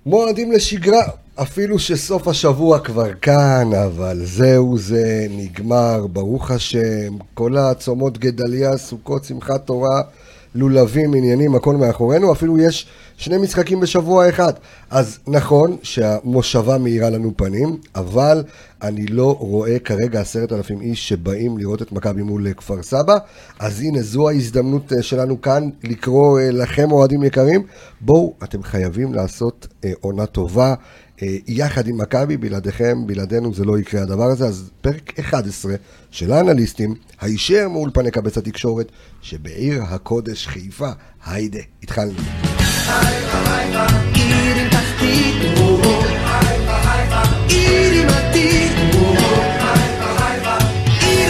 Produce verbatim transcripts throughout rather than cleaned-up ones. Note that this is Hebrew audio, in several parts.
מועדים לשגרה, אפילו שסוף השבוע כבר כאן, אבל זהו זה, נגמר, ברוך השם, כל הצומות גדליה, סוכות, שמחת תורה, לולבים, עניינים, הכל מאחורינו, אפילו יש שני משחקים בשבוע אחד. אז נכון שהמושבה מאירה לנו פנים, אבל אני לא רואה כרגע עשרת אלפים איש שבאים לראות את מכבי מול כפר סבא, אז הנה זו ההזדמנות שלנו כאן לקרוא לכם אוהדים יקרים, בואו, אתם חייבים לעשות עונה טובה, יחד עם מכבי, בלעדיכם, בלעדינו זה לא יקרה הדבר הזה, אז פרק אחד עשרה של האנליסטים, הישר מאולפני קבץ התקשורת, שבעיר הקודש חיפה, היידה, התחלנו. חיפה, חיפה, עיר עם תחתית, חיפה, חיפה, עיר עם עתיד, חיפה, חיפה, עיר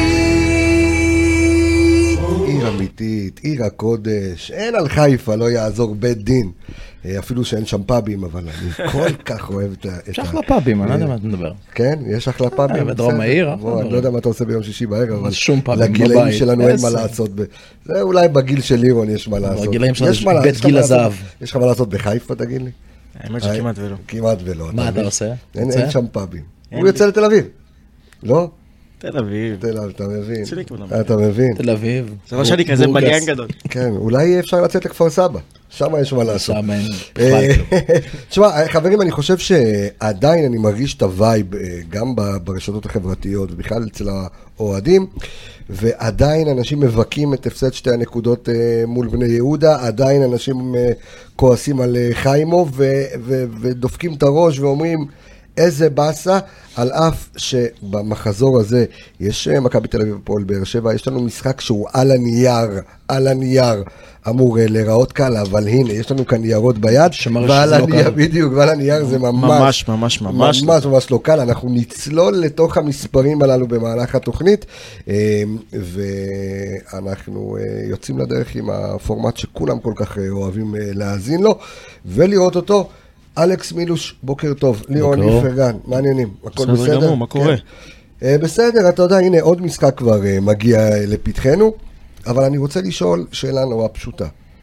אמיתית, עיר אמיתית, עיר הקודש, אין על חיפה, לא יעזור בית דין. אפילו שאין שם פאבים, אבל אני כל כך אוהב את ה... יש אחלה פאבים, אני לא יודע מה אתה מדבר. כן, יש אחלה פאבים. בדרום העיר. אני לא יודע מה אתה עושה ביום שישי בערב, אבל שום פאבים בבית. לגילאים שלנו אין מה לעשות. זה אולי בגיל של לירון יש מה לעשות. בגילאים שלנו בית גיל הזהב. יש לך מה לעשות בחיפה, תגיד לי? האמת שכמעט ולא. כמעט ולא. מה אתה עושה? אין שם פאבים. הוא יוצא לתל אביב. לא? תל אביב. תל אביב, אתה מבין. אתה מבין. תל אביב. זה לא שאני כזה בליין גדול. כן, אולי אפשר לצאת לכפר סבא. שם יש מה לעשות. שם אין. תשמע, חברים, אני חושב שעדיין אני מרגיש את הווייב, גם ברשתות החברתיות ובכלל אצל האוהדים, ועדיין אנשים מבקים את הפסד שתי הנקודות מול בני יהודה, עדיין אנשים כועסים על חיימוב ודופקים את הראש ואומרים, איזה בסה, על אף שבמחזור הזה יש מכבי תל אביב ופועל באר שבע, יש לנו משחק שהוא על הנייר, על הנייר, אמור להיראות קל, אבל הנה, יש לנו כאן ניירות ביד, ועל הנייר, בדיוק, ועל הנייר זה ממש, ממש, ממש, ממש, ממש לא קל, אנחנו נצלול לתוך המספרים הללו במהלך התוכנית, ואנחנו יוצאים לדרך עם הפורמט שכולם כל כך אוהבים להאזין לו, ולראות אותו, אלכס מילוש, בוקר טוב, לירון איפרגן, מעניינים, הכל בסדר? בסדר גמור, מה קורה? בסדר, אתה יודע, הנה עוד משחק כבר מגיע לפתחנו, אבל אני רוצה לשאול שאלה נורא פשוטה.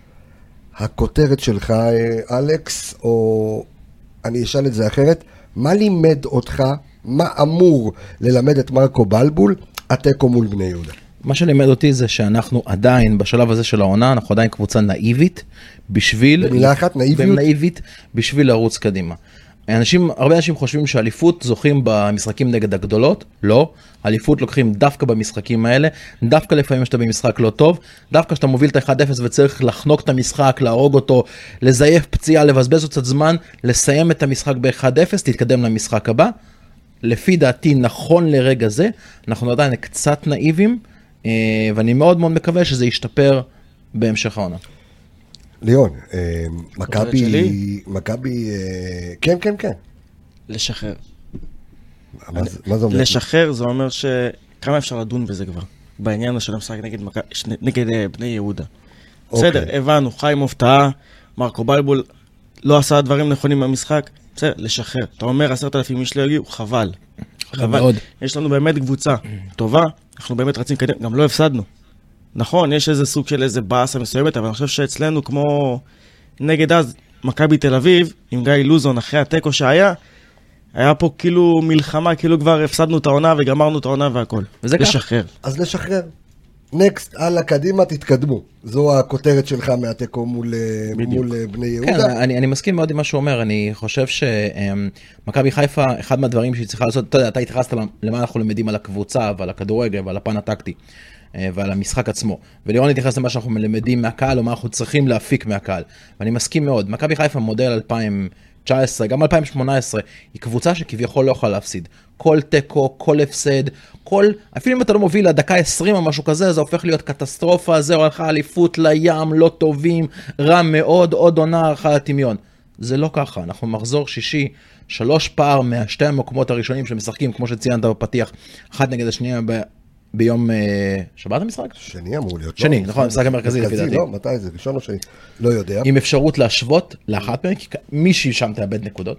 הכותרת שלך, אלכס, או אני אשאל את זה אחרת, מה לימד אותך, מה אמור ללמד את מרקו בלבול, התיקו מול בני יהודה? מה שלימד אותי זה שאנחנו עדיין, בשלב הזה של העונה, אנחנו עדיין קבוצה נאיבית, בשביל... במילה אחת, נאיביות? נאיבית, בשביל לרוץ קדימה. אנשים, הרבה אנשים חושבים שאליפות זוכים במשחקים נגד הגדולות, לא. אליפות לוקחים דווקא במשחקים האלה, דווקא לפעמים שאתה במשחק לא טוב, דווקא שאתה מוביל את ה-אחד אפס וצריך לחנוק את המשחק, להרוג אותו, לזייף פציעה, לבזבז אותו קצת זמן, לסיים את המשחק ב-אחד אפס, תתקדם למשחק הבא. לפי דעתי, נכון לרגע זה, אנחנו עדיין קצת נאיבים, ואני מאוד מאוד מקווה שזה ישתפר בהמשך העונה. ליאון, מכבי, מכבי, כן, כן, כן. לשחרר. מה זה אומר? לשחרר זה אומר שכמה אפשר לדון בזה כבר, בעניין של המשחק נגד בני יהודה. בסדר, הבנו, חיים מופתעה, מרקו בלבול לא עשה דברים נכונים במשחק, בסדר, לשחרר. אתה אומר עשרת אלפים איש לא יגיעו, חבל. חבל. יש לנו באמת קבוצה טובה, אנחנו באמת רצים קדימה, גם לא הפסדנו. נכון, יש איזה סוג של איזה באסה מסוימת, אבל אני חושב שאצלנו כמו נגד אז, מכבי תל אביב, עם גיא לוזון אחרי הטקו שהיה, היה פה כאילו מלחמה, כאילו כבר הפסדנו את העונה וגמרנו את העונה והכל. וזה לשחרר. אז לשחרר. נקסט, הלאה, קדימה, תתקדמו. זו הכותרת שלך מהטקו מול, מול בני יהודה. כן, אני, אני מסכים מאוד עם מה שהוא אומר. אני חושב שמכבי חיפה, אחד מהדברים שהיא צריכה לעשות, אתה יודע, אתה התייחסת למה אנחנו למדים על הקבוצה ועל הכדורגל ועל הפן הטקטי. ועל המשחק עצמו. ולירון התייחס למה שאנחנו מלמדים מהקהל, או מה אנחנו צריכים להפיק מהקהל. ואני מסכים מאוד. מכבי חיפה מודל אלפיים תשע עשרה, גם אלפיים שמונה עשרה, היא קבוצה שכביכול לא יכולה להפסיד. כל טקו, כל הפסד, כל, אפילו אם אתה לא מוביל לדקה עשרים או משהו כזה, זה הופך להיות קטסטרופה, זה הולכה אליפות לים, לא טובים, רע מאוד, עוד עונה, הלכה לטמיון. זה לא ככה. אנחנו מחזור שישי, שלוש פער מהשתי המקומות הראשונים שמשחקים, כמו שציינת בפתיח, אחת נגד השנייה ב... ביום שבת המשחק? שני אמור להיות. שני, נכון, המשחק המרכזי לפי דעתי. לא, מתי זה? ראשון או שני? לא יודע. עם אפשרות להשוות לאחת מהם, כי מישהי שם תאבד נקודות.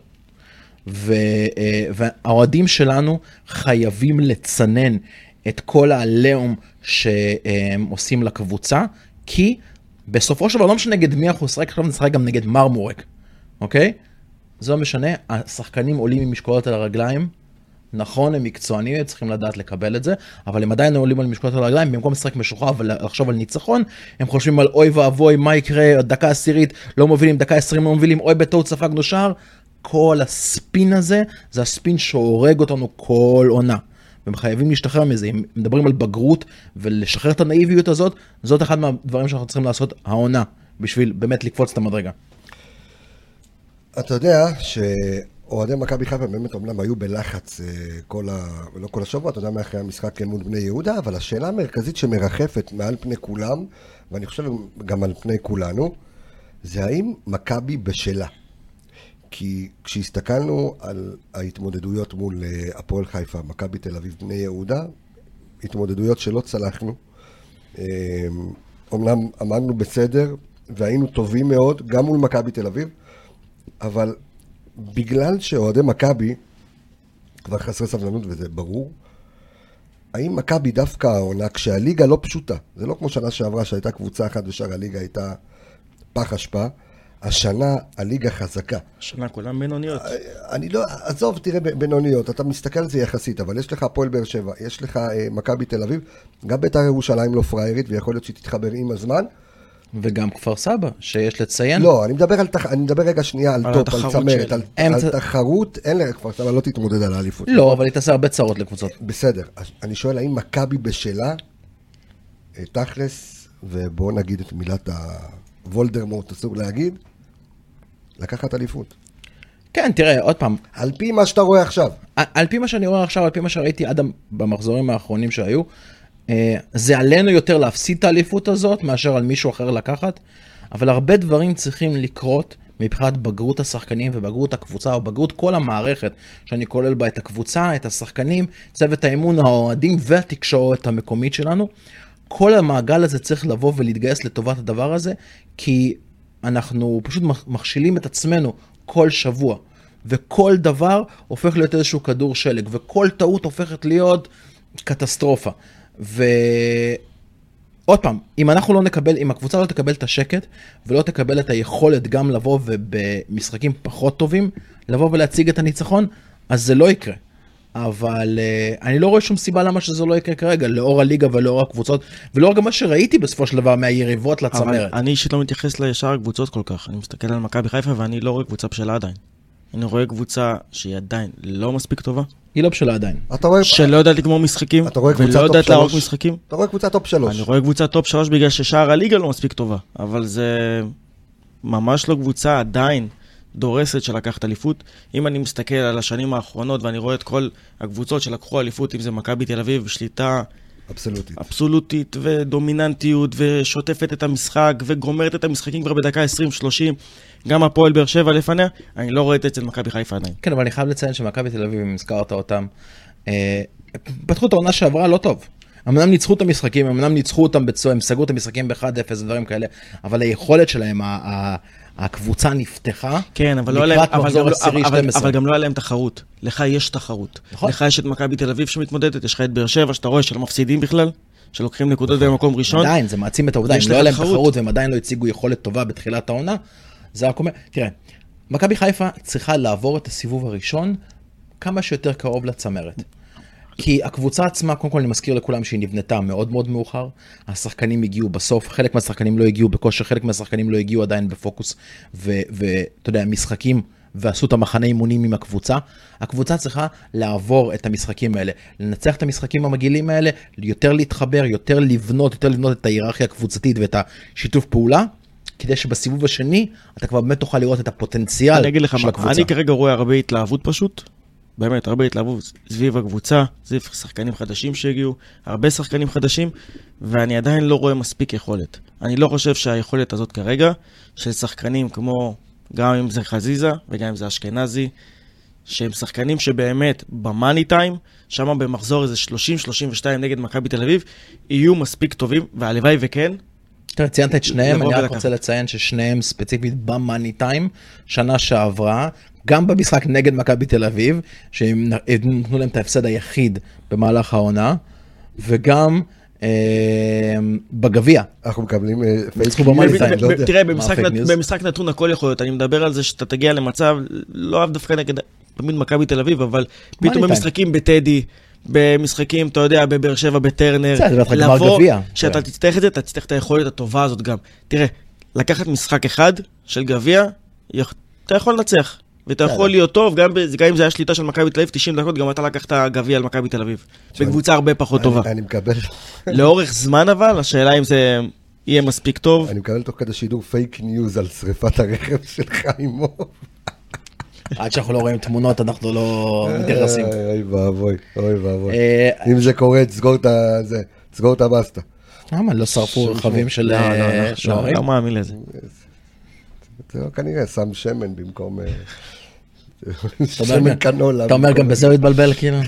והאוהדים שלנו חייבים לצנן את כל העליהום שהם עושים לקבוצה, כי בסופו של דבר לא משנה נגד מי אנחנו נשחק, עכשיו נשחק גם נגד מרמורק, אוקיי? זה לא משנה, השחקנים עולים עם משקולות על הרגליים, נכון, הם מקצוענים, הם צריכים לדעת לקבל את זה, אבל הם עדיין עולים על משקולות על הרגליים, במקום לשחק משוחרר ולחשוב על ניצחון, הם חושבים על אוי ואבוי, מה יקרה, דקה עשירית, לא מובילים, דקה עשרים לא מובילים, אוי בטעות ספגנו שער, כל הספין הזה, זה הספין שהורג אותנו כל עונה. והם חייבים להשתחרר מזה, אם מדברים על בגרות ולשחרר את הנאיביות הזאת, זאת אחד מהדברים שאנחנו צריכים לעשות העונה, בשביל באמת לקפוץ את המדרגה. אתה יודע שאוהדי מכבי חיפה באמת אומנם היו בלחץ כל ה... לא כל השבוע, אתה יודע מה אחרי המשחק מול בני יהודה, אבל השאלה המרכזית שמרחפת מעל פני כולם, ואני חושב גם על פני כולנו, זה האם מכבי בשלה. כי כשהסתכלנו על ההתמודדויות מול הפועל חיפה, מכבי תל אביב, בני יהודה, התמודדויות שלא צלחנו, אומנם עמדנו בסדר והיינו טובים מאוד, גם מול מכבי תל אביב, אבל בגלל שאוהדי מכבי כבר חסרי סבלנות וזה ברור, האם מכבי דווקא העונה, כשהליגה לא פשוטה, זה לא כמו שנה שעברה שהייתה קבוצה אחת ושאר הליגה הייתה פח אשפה, השנה הליגה חזקה. השנה כולם בינוניות. אני לא, עזוב, תראה בינוניות, אתה מסתכל על זה יחסית, אבל יש לך הפועל באר שבע, יש לך אה, מכבי תל אביב, גם בית"ר ירושלים לא פריירית, ויכול להיות שהיא תתחבר עם הזמן. וגם כפר סבא, שיש לציין. לא, אני מדבר, על, אני מדבר רגע שנייה על, על טופ, על צמרת, על, על תחרות, אין לה, כפר סבא לא תתמודד על האליפות. לא, אבל היא תעשה הרבה צרות לקבוצות. בסדר, אני שואל, האם מכבי בשלה, תכלס, ובואו נגיד את מילת הוולדרמורט, אסור להגיד, לקחת אליפות. כן, תראה, עוד פעם. על פי מה שאתה רואה עכשיו. על, על פי מה שאני רואה עכשיו, על פי מה שראיתי עד במחזורים האחרונים שהיו, זה עלינו יותר להפסיד את האליפות הזאת, מאשר על מישהו אחר לקחת, אבל הרבה דברים צריכים לקרות מבחינת בגרות השחקנים ובגרות הקבוצה, או בגרות כל המערכת, שאני כולל בה את הקבוצה, את השחקנים, צוות האימון, האוהדים והתקשורת המקומית שלנו. כל המעגל הזה צריך לבוא ולהתגייס לטובת הדבר הזה, כי אנחנו פשוט מכשילים את עצמנו כל שבוע, וכל דבר הופך להיות איזשהו כדור שלג, וכל טעות הופכת להיות קטסטרופה. ועוד פעם, אם אנחנו לא נקבל, אם הקבוצה לא תקבל את השקט, ולא תקבל את היכולת גם לבוא ובמשחקים פחות טובים, לבוא ולהציג את הניצחון, אז זה לא יקרה. אבל uh, אני לא רואה שום סיבה למה שזה לא יקרה כרגע, לאור הליגה ולאור הקבוצות, ולאור גם מה שראיתי בסופו של דבר מהיריבות לצמרת. אבל אני אישית לא מתייחס לישר הקבוצות כל כך, אני מסתכל על מכבי חיפה ואני לא רואה קבוצה בשלה עדיין. אני רואה קבוצה שהיא עדיין לא מספיק טובה. היא לא בשלה עדיין. שלא יודעת לגמור משחקים, ולא יודעת להרוג משחקים. אתה רואה קבוצה טופ שלוש. אני רואה קבוצה טופ שלוש בגלל ששאר הליגה לא מספיק טובה, אבל זה ממש לא קבוצה עדיין דורסת של לקחת אליפות. אם אני מסתכל על השנים האחרונות ואני רואה את כל הקבוצות שלקחו אליפות, אם זה מכבי תל אביב, בשליטה אבסולוטית. אבסולוטית ודומיננטיות ושוטפת את המשחק וגומרת את המשחקים כבר בדקה עשרים שלושים, גם הפועל באר שבע לפניה, אני לא רואה את זה אצל מכבי חיפה עדיין. כן, אבל אני חייב לציין שמכבי תל אביב, אם הזכרת אותם, אה, פתחו את העונה שעברה לא טוב. אמנם ניצחו את המשחקים, אמנם ניצחו אותם בצוע, הם סגרו את המשחקים ב-אחד אפס ודברים כאלה, אבל היכולת שלהם, הקבוצה נפתחה, כן, אבל, לא עליהם, אבל, גם, אבל, אבל, אבל גם לא עליהם תחרות. לך יש תחרות. נכון. לך יש את מכבי תל אביב שמתמודדת, יש לך את באר שבע שאתה רואה שלא מפסידים בכלל, שלוקחים נקודות במקום ראשון. עדיין, זה מעצים את העובדה, אם לא עליהם תחרות והם עדיין לא הציגו יכולת טובה בתחילת העונה, זה רק אומר, תראה, מכבי חיפה צריכה לעבור את הסיבוב הראשון כמה שיותר קרוב לצמרת. כי הקבוצה עצמה, קודם כל אני מזכיר לכולם שהיא נבנתה מאוד מאוד מאוחר, השחקנים הגיעו בסוף, חלק מהשחקנים לא הגיעו בכושר, חלק מהשחקנים לא הגיעו עדיין בפוקוס, ואתה יודע, משחקים ועשו את המחנה אימונים עם הקבוצה. הקבוצה צריכה לעבור את המשחקים האלה, לנצח את המשחקים המגעילים האלה, יותר להתחבר, יותר לבנות, יותר לבנות את ההיררכיה הקבוצתית ואת השיתוף פעולה, כדי שבסיבוב השני אתה כבר באמת תוכל לראות את הפוטנציאל של הקבוצה. אני כרגע רואה הרבה התלהבות פשוט, באמת, הרבה התלהבות סביב הקבוצה, סביב שחקנים חדשים שהגיעו, הרבה שחקנים חדשים, ואני עדיין לא רואה מספיק יכולת. אני לא חושב שהיכולת הזאת כרגע, של שחקנים כמו, גם אם זה חזיזה, וגם אם זה אשכנזי, שהם שחקנים שבאמת במאני טיים, שם במחזור איזה שלושים שלושים ושתיים נגד מכבי תל אביב, יהיו מספיק טובים, והלוואי וכן. תראה, ציינת את שניהם, אני רק רוצה לציין ששניהם ספציפית במאני טיים, שנה שעברה, גם במשחק נגד מכבי תל אביב, שהם נתנו להם את ההפסד היחיד במהלך העונה, וגם בגביע. אנחנו מקבלים ניצחו במאני טיים. תראה, במשחק נתון הכל יכול להיות. אני מדבר על זה שאתה תגיע למצב, לא אף דווקא נגד תמיד מכבי תל אביב, אבל פתאום במשחקים בטדי, במשחקים, אתה יודע, בבאר שבע, בטרנר, לבוא, שאתה תצטרך את זה, אתה תצטרך את היכולת הטובה הזאת גם. תראה, לקחת משחק אחד של גביע, אתה יכול לנצח. ואתה יכול להיות טוב, גם אם זה היה שליטה של מכבי תל אביב, תשעים דקות, גם אתה לקחת גביע על מכבי תל אביב. בקבוצה הרבה פחות טובה. אני מקבל... לאורך זמן אבל, השאלה אם זה יהיה מספיק טוב. אני מקבל תוך כדי שידור פייק ניוז על שריפת הרכב של חיימוב. עד שאנחנו לא רואים תמונות, אנחנו לא מתייחסים. אוי ואבוי, אוי ואבוי. אם זה קורה, תסגור את הבסטה. למה? לא שרפו רכבים של שוערים? לא מאמין לזה. זה לא כנראה, שם שמן במקום... שמן קנולה. אתה אומר גם בזה הוא התבלבל כאילו?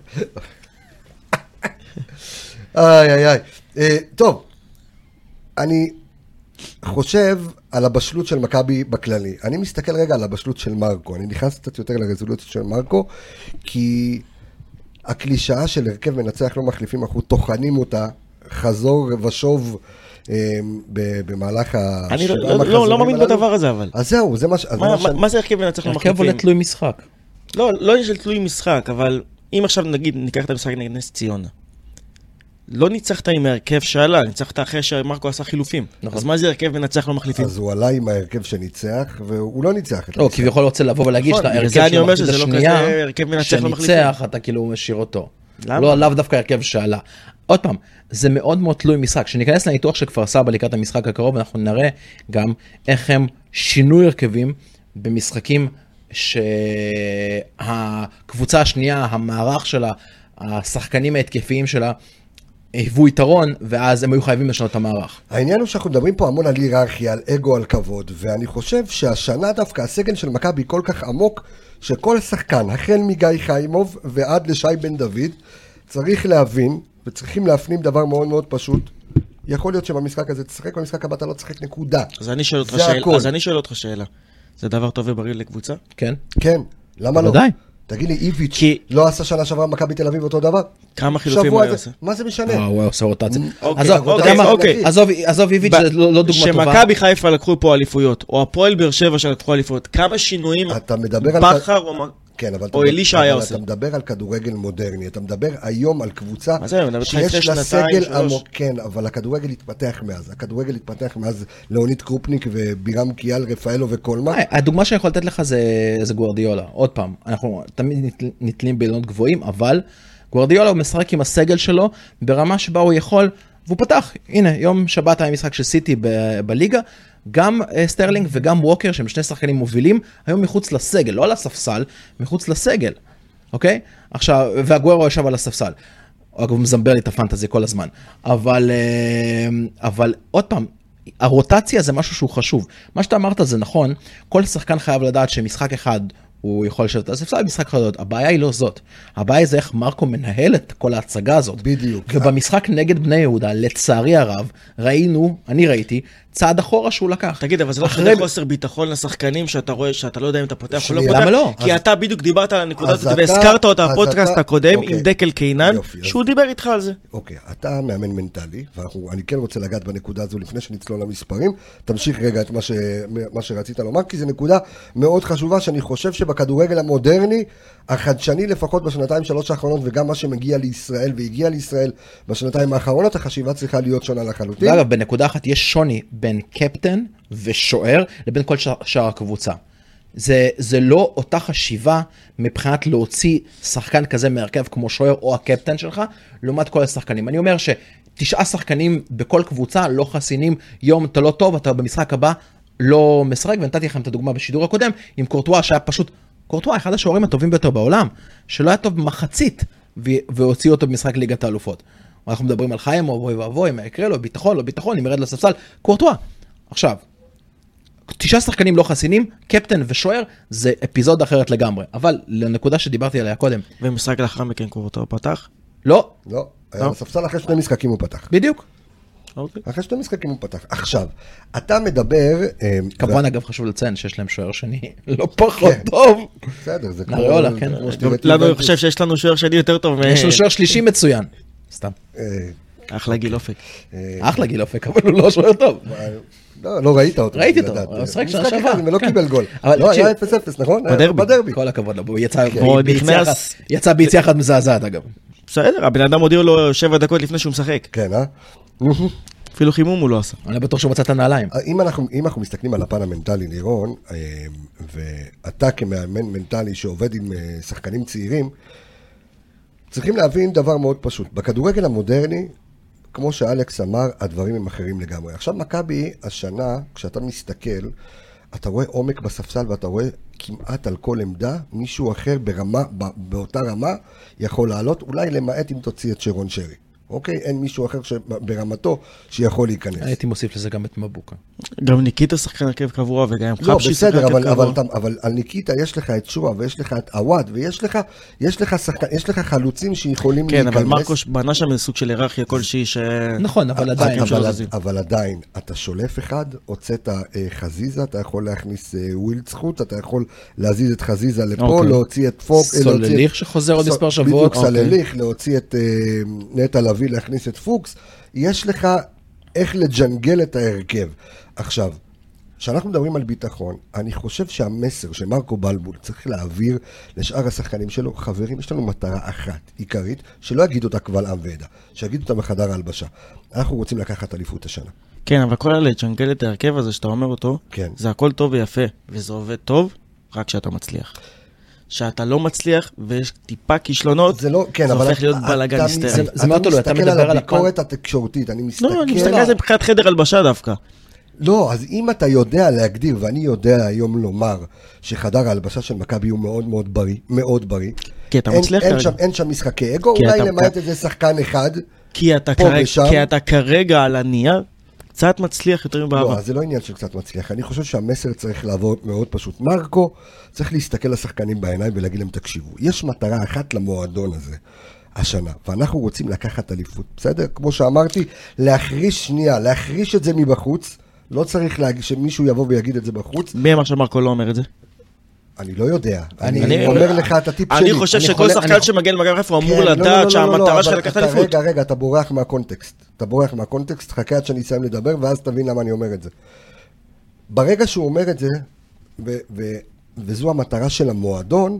איי איי איי. טוב, אני חושב על הבשלות של מכבי בכללי. אני מסתכל רגע על הבשלות של מרקו. אני נכנס קצת יותר לרזולוציה של מרקו, כי הקלישאה של הרכב מנצח לא מחליפים, אנחנו תוכנים אותה, חזור ושוב במהלך ה... אני לא מאמין בדבר הזה אבל. אז זהו, זה מה ש... מה זה הרכב מנצח לא מחליפים? הרכב עולה תלוי משחק. לא, לא יש תלוי משחק, אבל אם עכשיו נגיד ניקח את המשחק נגד נס ציונה, לא ניצחת עם ההרכב שעלה, ניצחת אחרי שמרקו עשה חילופים. אז מה זה הרכב מנצח לא מחליפים? אז הוא עלה עם ההרכב שניצח, והוא לא ניצח. לא, כביכול רוצה לבוא ולהגיד שאתה הרכב של מחצית השנייה, שניצח, אתה כאילו משאיר אותו. לא, לאו דווקא הרכב שעלה. עוד פעם, זה מאוד מאוד תלוי משחק. כשניכנס לניתוח של כפר סבא לקראת המשחק הקרוב, אנחנו נראה גם איך הם שינוי הרכבים במשחקים שהקבוצה השנייה, המערך שלה, השחקנים ההתקפיים שלה, היוו יתרון, ואז הם היו חייבים לשנות את המערך. העניין הוא שאנחנו מדברים פה המון על היררכיה, על אגו, על כבוד, ואני חושב שהשנה דווקא הסגל של מכבי כל כך עמוק, שכל שחקן, החל מגיא חיימוב ועד לשי בן דוד, צריך להבין, וצריכים להפנים דבר מאוד מאוד פשוט, יכול להיות שבמשחק הזה תשחק, במשחק הבא אתה לא תשחק נקודה. אז אני שואל אותך שאלה, אז אני שואל אותך שאלה. זה דבר טוב ובריא לקבוצה? כן. כן, למה לא? ודאי. תגיד לי, איביץ' לא עשה שנה שעברה מכבי תל אביב אותו דבר? כמה חילופים הוא עושה? מה זה משנה? אה, הוא עושה רוטציה. אוקיי, עזוב, איביץ' זה לא דוגמה טובה. שמכבי חיפה לקחו פה אליפויות, או הפועל באר שבע שלקחו אליפויות, כמה שינויים בכר או אלישע היה עושה? אתה מדבר על כדורגל מודרני, אתה מדבר היום על קבוצה שיש לה סגל עמוק, כן, אבל הכדורגל התפתח מאז, הכדורגל התפתח מאז לאוניד קרופניק ובירם קיאל, רפאלו וקולמה. הדוגמה שאני יכול לתת לך זה גוארדיולה, עוד פעם, אנחנו תמיד נתלים באילנות גבוהים, אבל גוארדיולה הוא משחק עם הסגל שלו ברמה שבה הוא יכול, והוא פתח, הנה, יום שבת היה משחק של סיטי בליגה, גם סטרלינג וגם ווקר, שהם שני שחקנים מובילים, היום מחוץ לסגל, לא על הספסל, מחוץ לסגל, אוקיי? עכשיו, והגוארו יושב על הספסל. אגב, הוא מזמבר לי את הפנטזי כל הזמן. אבל, אבל עוד פעם, הרוטציה זה משהו שהוא חשוב. מה שאתה אמרת זה נכון, כל שחקן חייב לדעת שמשחק אחד הוא יכול לשבת על הספסל, משחק אחד, הבעיה היא לא זאת. הבעיה היא זה איך מרקו מנהל את כל ההצגה הזאת. בדיוק. ובמשחק נגד בני יהודה, לצערי הרב, ראינו, אני ראיתי, צעד אחורה שהוא לקח. תגיד, אבל זה לא חדר חוסר ביטחון לשחקנים שאתה רואה שאתה לא יודע אם אתה פותח או לא פותח. למה לא? כי אתה בדיוק דיברת על הנקודה הזאת והזכרת אותה בפודקאסט הקודם עם דקל קיינן, שהוא דיבר איתך על זה. אוקיי, אתה מאמן מנטלי, ואני כן רוצה לגעת בנקודה הזו לפני שנצלול למספרים. תמשיך רגע את מה שרצית לומר, כי זו נקודה מאוד חשובה שאני חושב שבכדורגל המודרני, החדשני לפחות בשנתיים שלוש האחרונות, וגם מה שמגיע לישראל והגיע לישראל בשנתיים האחרונות, החשיבה צריכה להיות שונה לחלוטין. אגב, בנקודה אחת יש שוני בין קפטן ושוער לבין כל שאר הקבוצה. זה, זה לא אותה חשיבה מבחינת להוציא שחקן כזה מהרכב כמו שוער או הקפטן שלך, לעומת כל השחקנים. אני אומר שתשעה שחקנים בכל קבוצה לא חסינים, יום אתה לא טוב, אתה במשחק הבא לא משחק, ונתתי לכם את הדוגמה בשידור הקודם, עם קורטואה שהיה פשוט, קורטואה אחד השוערים הטובים ביותר בעולם, שלא היה טוב במחצית, והוציא אותו במשחק ליגת האלופות. אנחנו מדברים על חיים, אוי ואבוי, מה יקרה לו, ביטחון, לא ביטחון, נמרד לספסל, קורטואה. עכשיו, תשעה שחקנים לא חסינים, קפטן ושוער, זה אפיזודה אחרת לגמרי. אבל לנקודה שדיברתי עליה קודם. ומשחק לאחר מכן קורטואה פתח? לא. לא, היה בספסל אחרי שני משחקים הוא פתח. בדיוק. אחרי שני משחקים הוא פתח. עכשיו, אתה מדבר... כמובן, אגב, חשוב לציין שיש להם שוער שני לא פחות טוב. בסדר, זה כמו... נריולה, כן. לנו, אני חושב שיש לנו שוער שני יותר טוב. יש לנו שוער שלישי מצוין. סתם. אחלה גיל אופק. אחלה גיל אופק, אבל הוא לא שוער טוב. לא, לא ראית אותו. ראיתי אותו, הוא משחק שנה שעברה. ולא קיבל גול. לא, היה אפס אפס, נכון? בדרבי. כל הכבוד, הוא יצא ביציאה אחת מזעזעת, אגב. בסדר, הבן אדם הודיעו לו שבע דקות לפני שהוא משחק. כן, אה? אפילו חימום הוא לא עשה. אני בטוח שהוא מצא את הנעליים. אם אנחנו, אם אנחנו מסתכלים על הפן המנטלי, לירון, ואתה כמאמן מנטלי שעובד עם שחקנים צעירים, צריכים להבין דבר מאוד פשוט. בכדורגל המודרני, כמו שאלכס אמר, הדברים הם אחרים לגמרי. עכשיו מכבי, השנה, כשאתה מסתכל, אתה רואה עומק בספסל ואתה רואה כמעט על כל עמדה, מישהו אחר ברמה, באותה רמה יכול לעלות, אולי למעט אם תוציא את שרון שרי. אוקיי? אין מישהו אחר ברמתו שיכול להיכנס. הייתי מוסיף לזה גם את מבוקה. גם ניקיטה שחקן הרכב קבוע וגם חבשי שחקן הרכב קבוע. אבל, אבל, אבל על ניקיטה יש לך את שואה ויש לך את עווד ויש לך, יש לך, שחקן, יש לך חלוצים שיכולים כן, להיכנס. כן, אבל מרקוש בנה שם סוג של היררכיה כלשהי ש... נכון, אבל עדיין. אבל, אבל, אבל עדיין, אתה שולף אחד, הוצאת חזיזה, אתה יכול להכניס ווילד זכות, אתה יכול להזיז את חזיזה לפה, להוציא את פוק... סולליך שחוזר עוד מספר שבועות. בדיוק סולליך, להוציא את נטע לביא, להכניס את פוקס. יש לך איך לג'נגל את ההרכב. עכשיו, כשאנחנו מדברים על ביטחון, אני חושב שהמסר שמרקו בלבול צריך להעביר לשאר השחקנים שלו, חברים, יש לנו מטרה אחת, עיקרית, שלא יגיד אותה קבל עם ועדה, שיגיד אותה בחדר ההלבשה. אנחנו רוצים לקחת אליפות השנה. כן, אבל כל הלג'נגל את ההרכב הזה שאתה אומר אותו, כן. זה הכל טוב ויפה, וזה עובד טוב, רק שאתה מצליח. שאתה לא מצליח ויש טיפה כישלונות, זה לא, כן, זה אבל הופך להיות בלגן היסטרי. זה מאוד תלוי, אתה מדבר על הביקורת התקשורתית, אני מסתכל... לא, אני מסתכל על זה מבחינת חדר הלבשה דווקא. לא, אז אם אתה יודע להגדיר, ואני יודע היום לומר, שחדר ההלבשה של מכבי הוא מאוד מאוד בריא, מאוד בריא. כי אתה מצליח כרגע. אין שם משחקי אגו, אולי למעט איזה שחקן אחד, כי אתה כרגע על הנייר, קצת מצליח יותר מבעבר. לא, זה לא עניין של קצת מצליח. אני חושב שהמסר צריך לעבור מאוד פשוט. מרקו צריך להסתכל לשחקנים בעיניים ולהגיד להם, תקשיבו, יש מטרה אחת למועדון הזה, השנה, ואנחנו רוצים לקחת אליפות, בסדר? כמו שאמרתי, להחריש שנייה, להחריש את זה מבחוץ, לא צריך להגיד שמישהו יבוא ויגיד את זה בחוץ. מי אמר שמרקו לא אומר את זה? אני לא יודע. אני אומר לך את הטיפ שלי. אני חושב שכל שחקן שמגיע למכבי חיפה אמור לדעת שהמטרה שלך לקחת אליפות. רגע, רגע, אתה בורח מהקונטקסט. אתה בורח מהקונטקסט, חכה עד שאני אסיים לדבר, ואז תבין למה אני אומר את זה. ברגע שהוא אומר את זה, וזו המטרה של המועדון,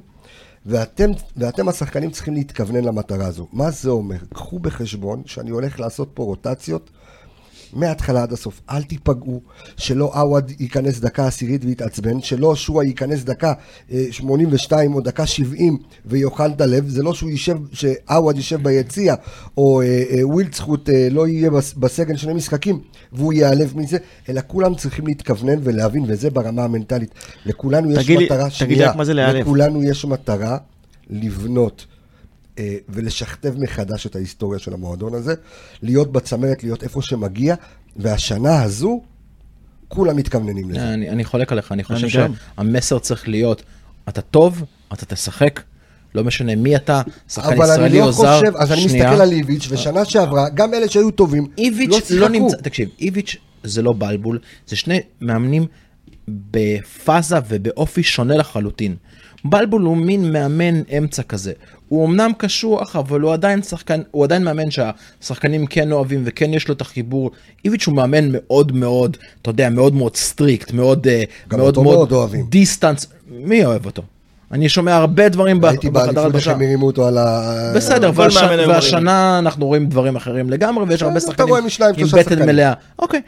ואתם השחקנים צריכים להתכוונן למטרה הזו. מה זה אומר? קחו בחשבון שאני הולך לעשות פה רוטציות, מההתחלה עד הסוף, אל תיפגעו, שלא עווד ייכנס דקה עשירית ויתעצבן, שלא שואה ייכנס דקה שמונים ושתיים או דקה שבעים ויוכל את הלב, זה לא שהוא יישב, שעווד יישב ביציע, או ווילד זכות לא יהיה בסגל שני משחקים, והוא ייעלב מזה, אלא כולם צריכים להתכוונן ולהבין, וזה ברמה המנטלית. לכולנו יש תגיד, מטרה תגיד שנייה, מה זה להיעלב. לכולנו יש מטרה לבנות, ולשכתב מחדש את ההיסטוריה של המועדון הזה, להיות בצמרת, להיות איפה שמגיע, והשנה הזו, כולם מתכווננים לזה. אני, אני חולק עליך, אני חושב שהמסר צריך להיות, אתה טוב, אתה תשחק, לא משנה מי אתה, שחקן ישראלי או זר. אבל אני לא חושב, אז אני מסתכל על איביץ' ושנה שעברה, גם אלה שהיו טובים, לא שיחקו. תקשיב, איביץ' זה לא בלבול, זה שני מאמנים בפאזה ובאופי שונה לחלוטין. בלבול הוא מין מאמן אמצע כזה. הוא אמנם קשוח, אבל הוא עדיין שחקן, הוא עדיין מאמן שהשחקנים כן אוהבים וכן יש לו את החיבור. איביץ' הוא מאמן מאוד מאוד, אתה יודע, מאוד מאוד סטריקט, מאוד מאוד מאוד דיסטנס. מי אוהב אותו? אני שומע הרבה דברים בחדר הלבשה. הייתי באליפות איך מרימו אותו על ה... בסדר, והשנה אנחנו רואים דברים אחרים לגמרי, ויש הרבה שחקנים עם בטן מלאה. אוקיי.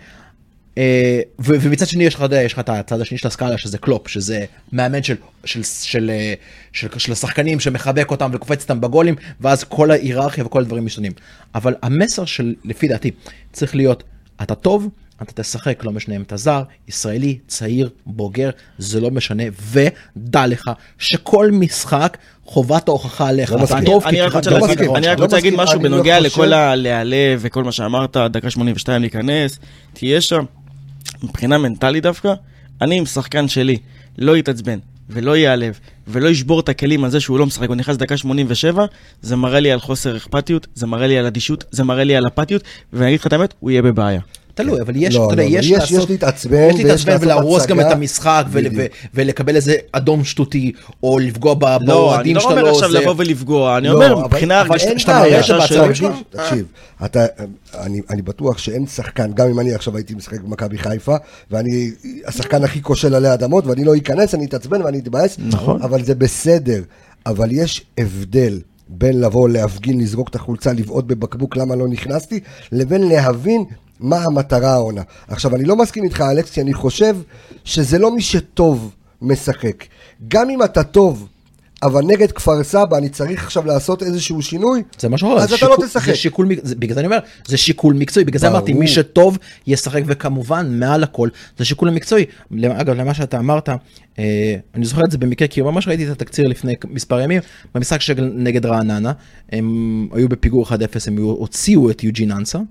ומצד שני יש לך, יש לך את הצד השני של הסקאלה, שזה קלופ, שזה מאמן של, של, של, של, של השחקנים שמחבק אותם וקופץ אותם בגולים, ואז כל ההיררכיה וכל הדברים משתנים. אבל המסר של, לפי דעתי, צריך להיות, אתה טוב, אתה תשחק, לא משנה אם אתה זר, ישראלי, צעיר, בוגר, זה לא משנה, ודע לך שכל משחק חובת ההוכחה עליך. אני רק רוצה להגיד משהו בנוגע לכל הלהלב וכל מה שאמרת, דקה שמונים ושתיים להיכנס, תהיה שם. מבחינה מנטלית דווקא, אני עם שחקן שלי לא יתעצבן ולא יעלב ולא ישבור את הכלים על זה שהוא לא משחק, הוא נכנס דקה שמונים ושבע, זה מראה לי על חוסר אכפתיות, זה מראה לי על אדישות, זה מראה לי על אפתיות, ואני אגיד לך את האמת, הוא יהיה בבעיה. תלוי, אבל יש, לא, אתה יודע, לא, יש יש, לעשות, יש להתעצבן, יש להתעצבן ולהרוס גם את המשחק, ו- ו- ולקבל איזה אדום שטותי, או לפגוע באוהדים שאתה לא עוזר. לא, אני לא אומר עכשיו לבוא ולפגוע, אני לא, אומר, אבל- מבחינה אבל הרגשת, אין שאתה בעיה, מערב את תקשיב, בעצמך. תקשיב, אתה, אני, אני בטוח שאין שחקן, גם אם אני עכשיו הייתי משחק במכבי חיפה, ואני השחקן הכי כושל עלי אדמות, ואני לא אכנס, אני אתעצבן ואני אתבאס, נכון. אבל זה בסדר, אבל יש הבדל בין לבוא להפגין, לזרוק את החולצה, לבעוט בבקבוק למה לא נכנסתי, לבין להבין מה המטרה העונה. עכשיו, אני לא מסכים איתך, אלכס, כי אני חושב שזה לא מי שטוב משחק. גם אם אתה טוב, אבל נגד כפר סבא, אני צריך עכשיו לעשות איזשהו שינוי, זה משהו, אז אתה לא תשחק. זה שיקול, בגלל זה אני אומר, זה שיקול מקצועי, בגלל זה אמרתי, מי שטוב ישחק, וכמובן, מעל הכל, זה שיקול המקצועי. אגב, למה שאתה אמרת, אני זוכר את זה במקרה, כי ממש ראיתי את התקציר לפני מספר ימים, במשחק נגד רעננה, הם היו בפיגור אחד אפס, הם הוציאו את יוג'ין אנסה,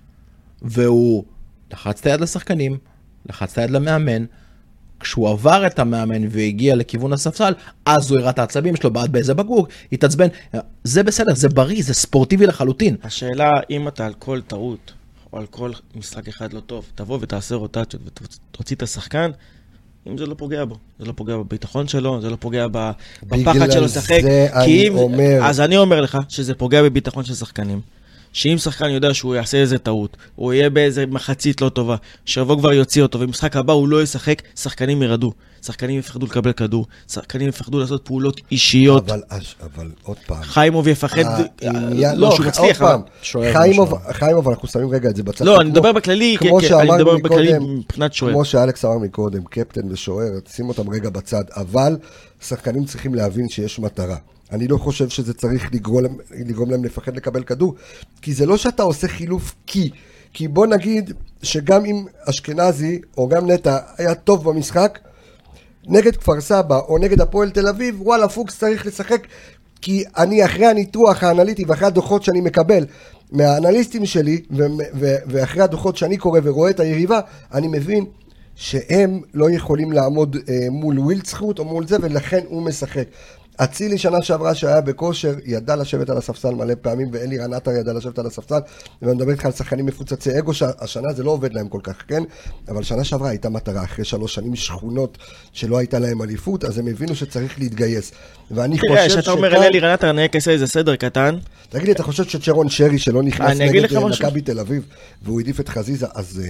והוא לחץ את היד לשחקנים, לחץ את היד למאמן, כשהוא עבר את המאמן והגיע לכיוון הספסל, אז הוא הראה את העצבים שלו, בעד באיזה בקבוק, התעצבן. זה בסדר, זה בריא, זה ספורטיבי לחלוטין. השאלה, אם אתה על כל טעות, או על כל משחק אחד לא טוב, תבוא ותעשה רוטציות ותוציא את השחקן, אם זה לא פוגע בו, זה לא פוגע בביטחון שלו, זה לא פוגע בפחד שלו לשחק. כי אם, אז אני אומר לך שזה פוגע בביטחון של שחקנים. שאם שחקן יודע שהוא יעשה איזה טעות, הוא יהיה באיזה מחצית לא טובה, שיבוא כבר יוציא אותו, ובמשחק הבא הוא לא ישחק, שחקנים ירדו. שחקנים יפחדו לקבל כדור, שחקנים יפחדו לעשות פעולות אישיות. אבל, אבל עוד פעם. חיימוב יפחד, העניין, לא, שהוא מצליח. עוד פעם, חיימוב, חיימוב, אנחנו שמים רגע את זה בצד. לא, אני מדבר בכללי, אני מדבר בכללי מבחינת שוער. כמו שאלכס אמר מקודם, קפטן ושוער, שים אותם רגע בצד, אבל שחקנים צריכים להבין שיש מטרה. אני לא חושב שזה צריך לגרום, לגרום להם לפחד לקבל כדור, כי זה לא שאתה עושה חילוף כי, כי בוא נגיד שגם אם אשכנזי או גם נטע היה טוב במשחק, נגד כפר סבא או נגד הפועל תל אביב, וואלה פוקס צריך לשחק, כי אני אחרי הניתוח האנליטי ואחרי הדוחות שאני מקבל מהאנליסטים שלי, ו- ו- ואחרי הדוחות שאני קורא ורואה את היריבה, אני מבין שהם לא יכולים לעמוד אה, מול ווילדסחוט או מול זה, ולכן הוא משחק. אצילי שנה שעברה שהיה בכושר, ידע לשבת על הספסל מלא פעמים, ואלי רנטר ידע לשבת על הספסל, ואני מדבר איתך על שחקנים מפוצצי אגו, שהשנה זה לא עובד להם כל כך, כן? אבל שנה שעברה הייתה מטרה, אחרי שלוש שנים שכונות שלא הייתה להם אליפות, אז הם הבינו שצריך להתגייס. ואני חושב שכאן... תראה, שאתה אומר על אלי רנטר, אני אכסה איזה סדר קטן. תגיד לי, אתה חושב שצ'רון שרי שלא נכנס נגד מכבי תל אביב, והוא העדיף את חזיזה, אז,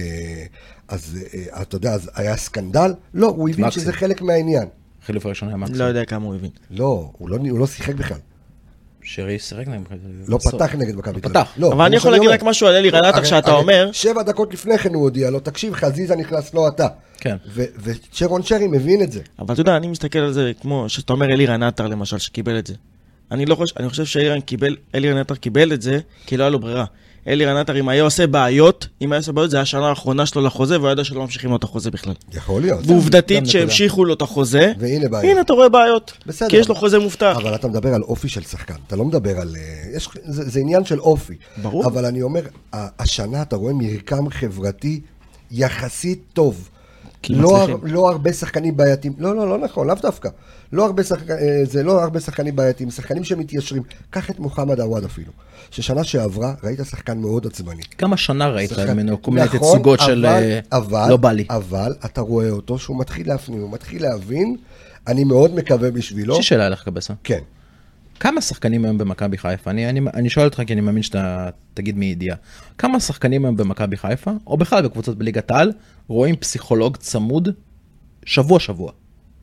אז אתה יודע, אז היה סקנדל? לא, הוא הבין שזה חלק מהעניין. חילוף הראשון היה מקסימום. לא יודע כמה הוא הבין. לא, הוא לא, הוא לא שיחק בכלל. שרי שיחק נגד מכבי תל אביב. לא פתח נגד מכבי תל אביב. פתח. לא, אבל אני יכול להגיד רק משהו על אלי רנטר שאתה אומר. שבע דקות לפני כן הוא הודיע לו, תקשיב, חזיזה נכנס, לא אתה. כן. ושרון שרי מבין את זה. אבל אתה יודע, אני מסתכל על זה כמו שאתה אומר אלי רנטר למשל, שקיבל את זה. אני לא חושב, אני חושב שאלי רנטר קיבל את זה כי לא היה לו ברירה. אלי רנטר, אם היה עושה בעיות, אם היה עושה בעיות, זה היה השנה האחרונה שלו לחוזה, והוא ידע שלא ממשיכים לו את החוזה בכלל. יכול להיות. ועובדתית שהמשיכו לו את החוזה, והנה בעיה. הנה אתה רואה בעיות. בסדר. כי יש לו חוזה מובטח. אבל אתה מדבר על אופי של שחקן, אתה לא מדבר על... יש, זה, זה עניין של אופי. ברור. אבל אני אומר, השנה אתה רואה מרקם חברתי יחסית טוב. לא, לא הרבה שחקנים בעייתים, לא, לא, לא נכון, לאו דווקא. לא הרבה שחק... זה לא הרבה שחקנים בעייתים, שחקנים שמתיישרים. קח את מוחמד עוואד אפילו, ששנה שעברה ראית שחקן מאוד עצבני. כמה שנה ראית ממנו, כל מיני תצוגות של לא בא לי. אבל אתה רואה אותו שהוא מתחיל להפנים, הוא מתחיל להבין, אני מאוד מקווה בשבילו. יש שאלה לך קבסה. כן. כמה שחקנים היום במכבי חיפה? אני, אני, אני שואל אותך כי אני מאמין שאתה תגיד מידיעה. כמה שחקנים היום במכבי חיפה, או בכלל בקבוצות בליגת העל, רואים פסיכולוג צמוד שבוע שבוע?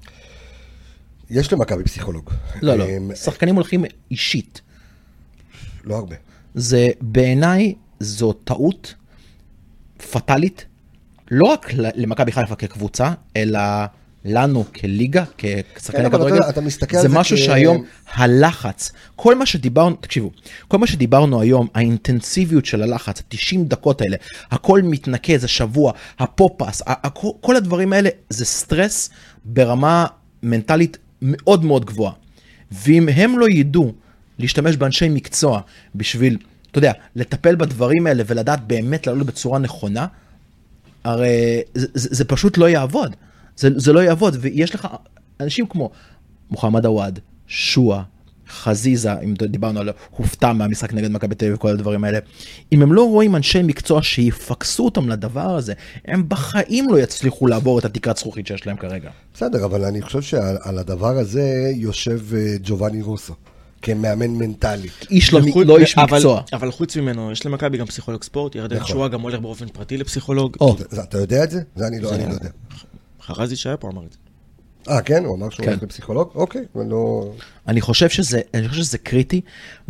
יש למכבי פסיכולוג. לא, לא. שחקנים הולכים אישית. לא הרבה. זה בעיניי זו טעות פטלית, לא רק למכבי חיפה כקבוצה, אלא לנו כליגה, כשחקני כדורגל, זה משהו שהיום הלחץ, כל מה שדיברנו, תקשיבו, כל מה שדיברנו היום, האינטנסיביות של הלחץ, ה-תשעים דקות האלה, הכל מתנקז, השבוע, הפופס, כל הדברים האלה, זה סטרס ברמה מנטלית מאוד מאוד גבוהה. ואם הם לא ידעו להשתמש באנשי מקצוע בשביל, אתה יודע, לטפל בדברים האלה ולדעת באמת לעלות בצורה נכונה, הרי זה, זה, זה פשוט לא יעבוד. זה, זה לא יעבוד, ויש לך אנשים כמו מוחמד עוואד, שואה, חזיזה, אם דיברנו על הופתע מהמשחק נגד מכבי תל אביב וכל הדברים האלה, אם הם לא רואים אנשי מקצוע שיפקסו אותם לדבר הזה, הם בחיים לא יצליחו לעבור את התקרת זכוכית שיש להם כרגע. בסדר, אבל אני חושב שעל הדבר הזה יושב ג'ובאני רוסו, כמאמן מנטלי. איש לא איש מקצוע. אבל חוץ ממנו, יש למכבי גם פסיכולוג ספורט, ירדן שואה גם הולך באופן פרטי לפסיכולוג. אתה יודע את זה? זה אני לא יודע. חרזי שהיה פה אמר את זה. אה, כן? הוא אמר שהוא הולך לפסיכולוג? אוקיי. אני חושב שזה, אני חושב שזה קריטי,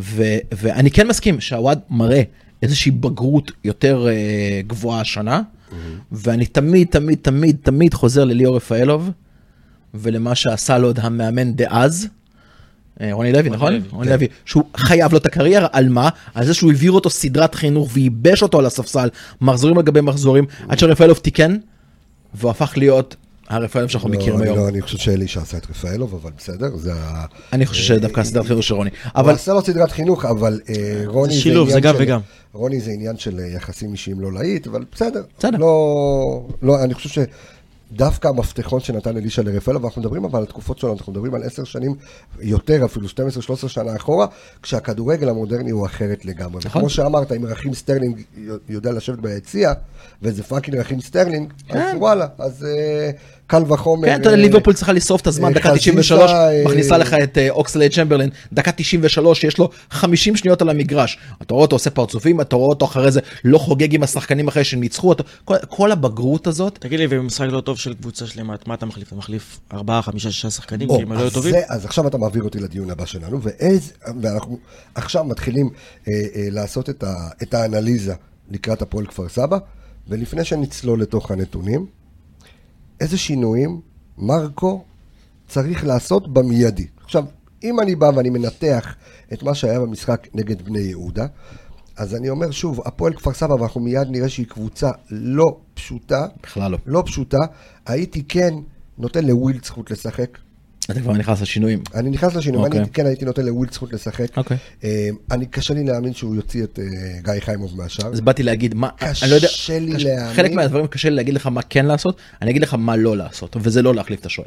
ואני כן מסכים שהוואד מראה איזושהי בגרות יותר גבוהה השנה, ואני תמיד, תמיד, תמיד, תמיד חוזר לליאור רפאלוב, ולמה שעשה לו עוד המאמן דאז, רוני לוי, נכון? רוני לוי, שהוא חייב לו את הקריירה, על מה? על זה שהוא העביר אותו סדרת חינוך, וייבש אותו על הספסל, מחזורים על גבי מחזורים, עד שרפאלוב תיקן, והוא הפך להיות הרפאלוב שאנחנו מכירים היום. לא, אני חושב שאלישע עשה את רפאלוב, אבל בסדר, זה... אני חושב שדווקא סדרת חינוך של רוני. הוא עשה לו סדרת חינוך, אבל רוני... זה שילוב, זה גם וגם. רוני זה עניין של יחסים אישיים לא להיט, אבל בסדר. בסדר. לא, אני חושב ש... דווקא המפתחות שנתן אלישע לרפאלוב, ואנחנו מדברים אבל על תקופות שונות, אנחנו מדברים על עשר שנים יותר, אפילו שתים עשרה שלוש עשרה שנה אחורה, כשהכדורגל המודרני הוא אחרת לגמרי. נכון. כמו שאמרת, אם רכים סטרלינג יודע לשבת ביציע, וזה פאקינג רכים סטרלינג, אז וואלה, אז קל וחומר. כן, אתה יודע, ליברפול צריכה לשרוף את הזמן, דקה תשעים ושלוש, מכניסה לך את אוקסלייד צ'מברלין, דקה תשעים ושלוש, שיש לו חמישים שניות על המגרש. אתה רואה אותו עושה פרצופים, אתה רואה אותו אחרי זה לא חוגג עם השחקנים אחרי שניצחו אותו, כל הבגרות הזאת. תגיד לי, ומשחק לא טוב של קבוצה שלמה, מה אתה מחליף? אתה מחליף ארבעה, חמישה, שישה שחקנים, כי הם לא טובים? אז עכשיו אתה מעביר אותי לדיון הבא שלנו, ואנחנו עכשיו מתחילים לעשות את האנליזה לקראת הפועל כפר סבא, ולפני שנצלול לתוך הנתונים, איזה שינויים מרקו צריך לעשות במיידי. עכשיו, אם אני בא ואני מנתח את מה שהיה במשחק נגד בני יהודה, אז אני אומר שוב, הפועל כפר סבא, ואנחנו מיד נראה שהיא קבוצה לא פשוטה, בכלל לא. לא פשוטה, הייתי כן נותן לווילד זכות לשחק. אתה כבר נכנס לשינויים. אני נכנס לשינויים, אני כן הייתי נותן לווילד זכות לשחק. אוקיי. אני קשה לי להאמין שהוא יוציא את גיא חיימוב מהשאר. אז באתי להגיד מה, קשה לי להאמין. חלק מהדברים קשה לי להגיד לך מה כן לעשות, אני אגיד לך מה לא לעשות, וזה לא להחליף את השוער.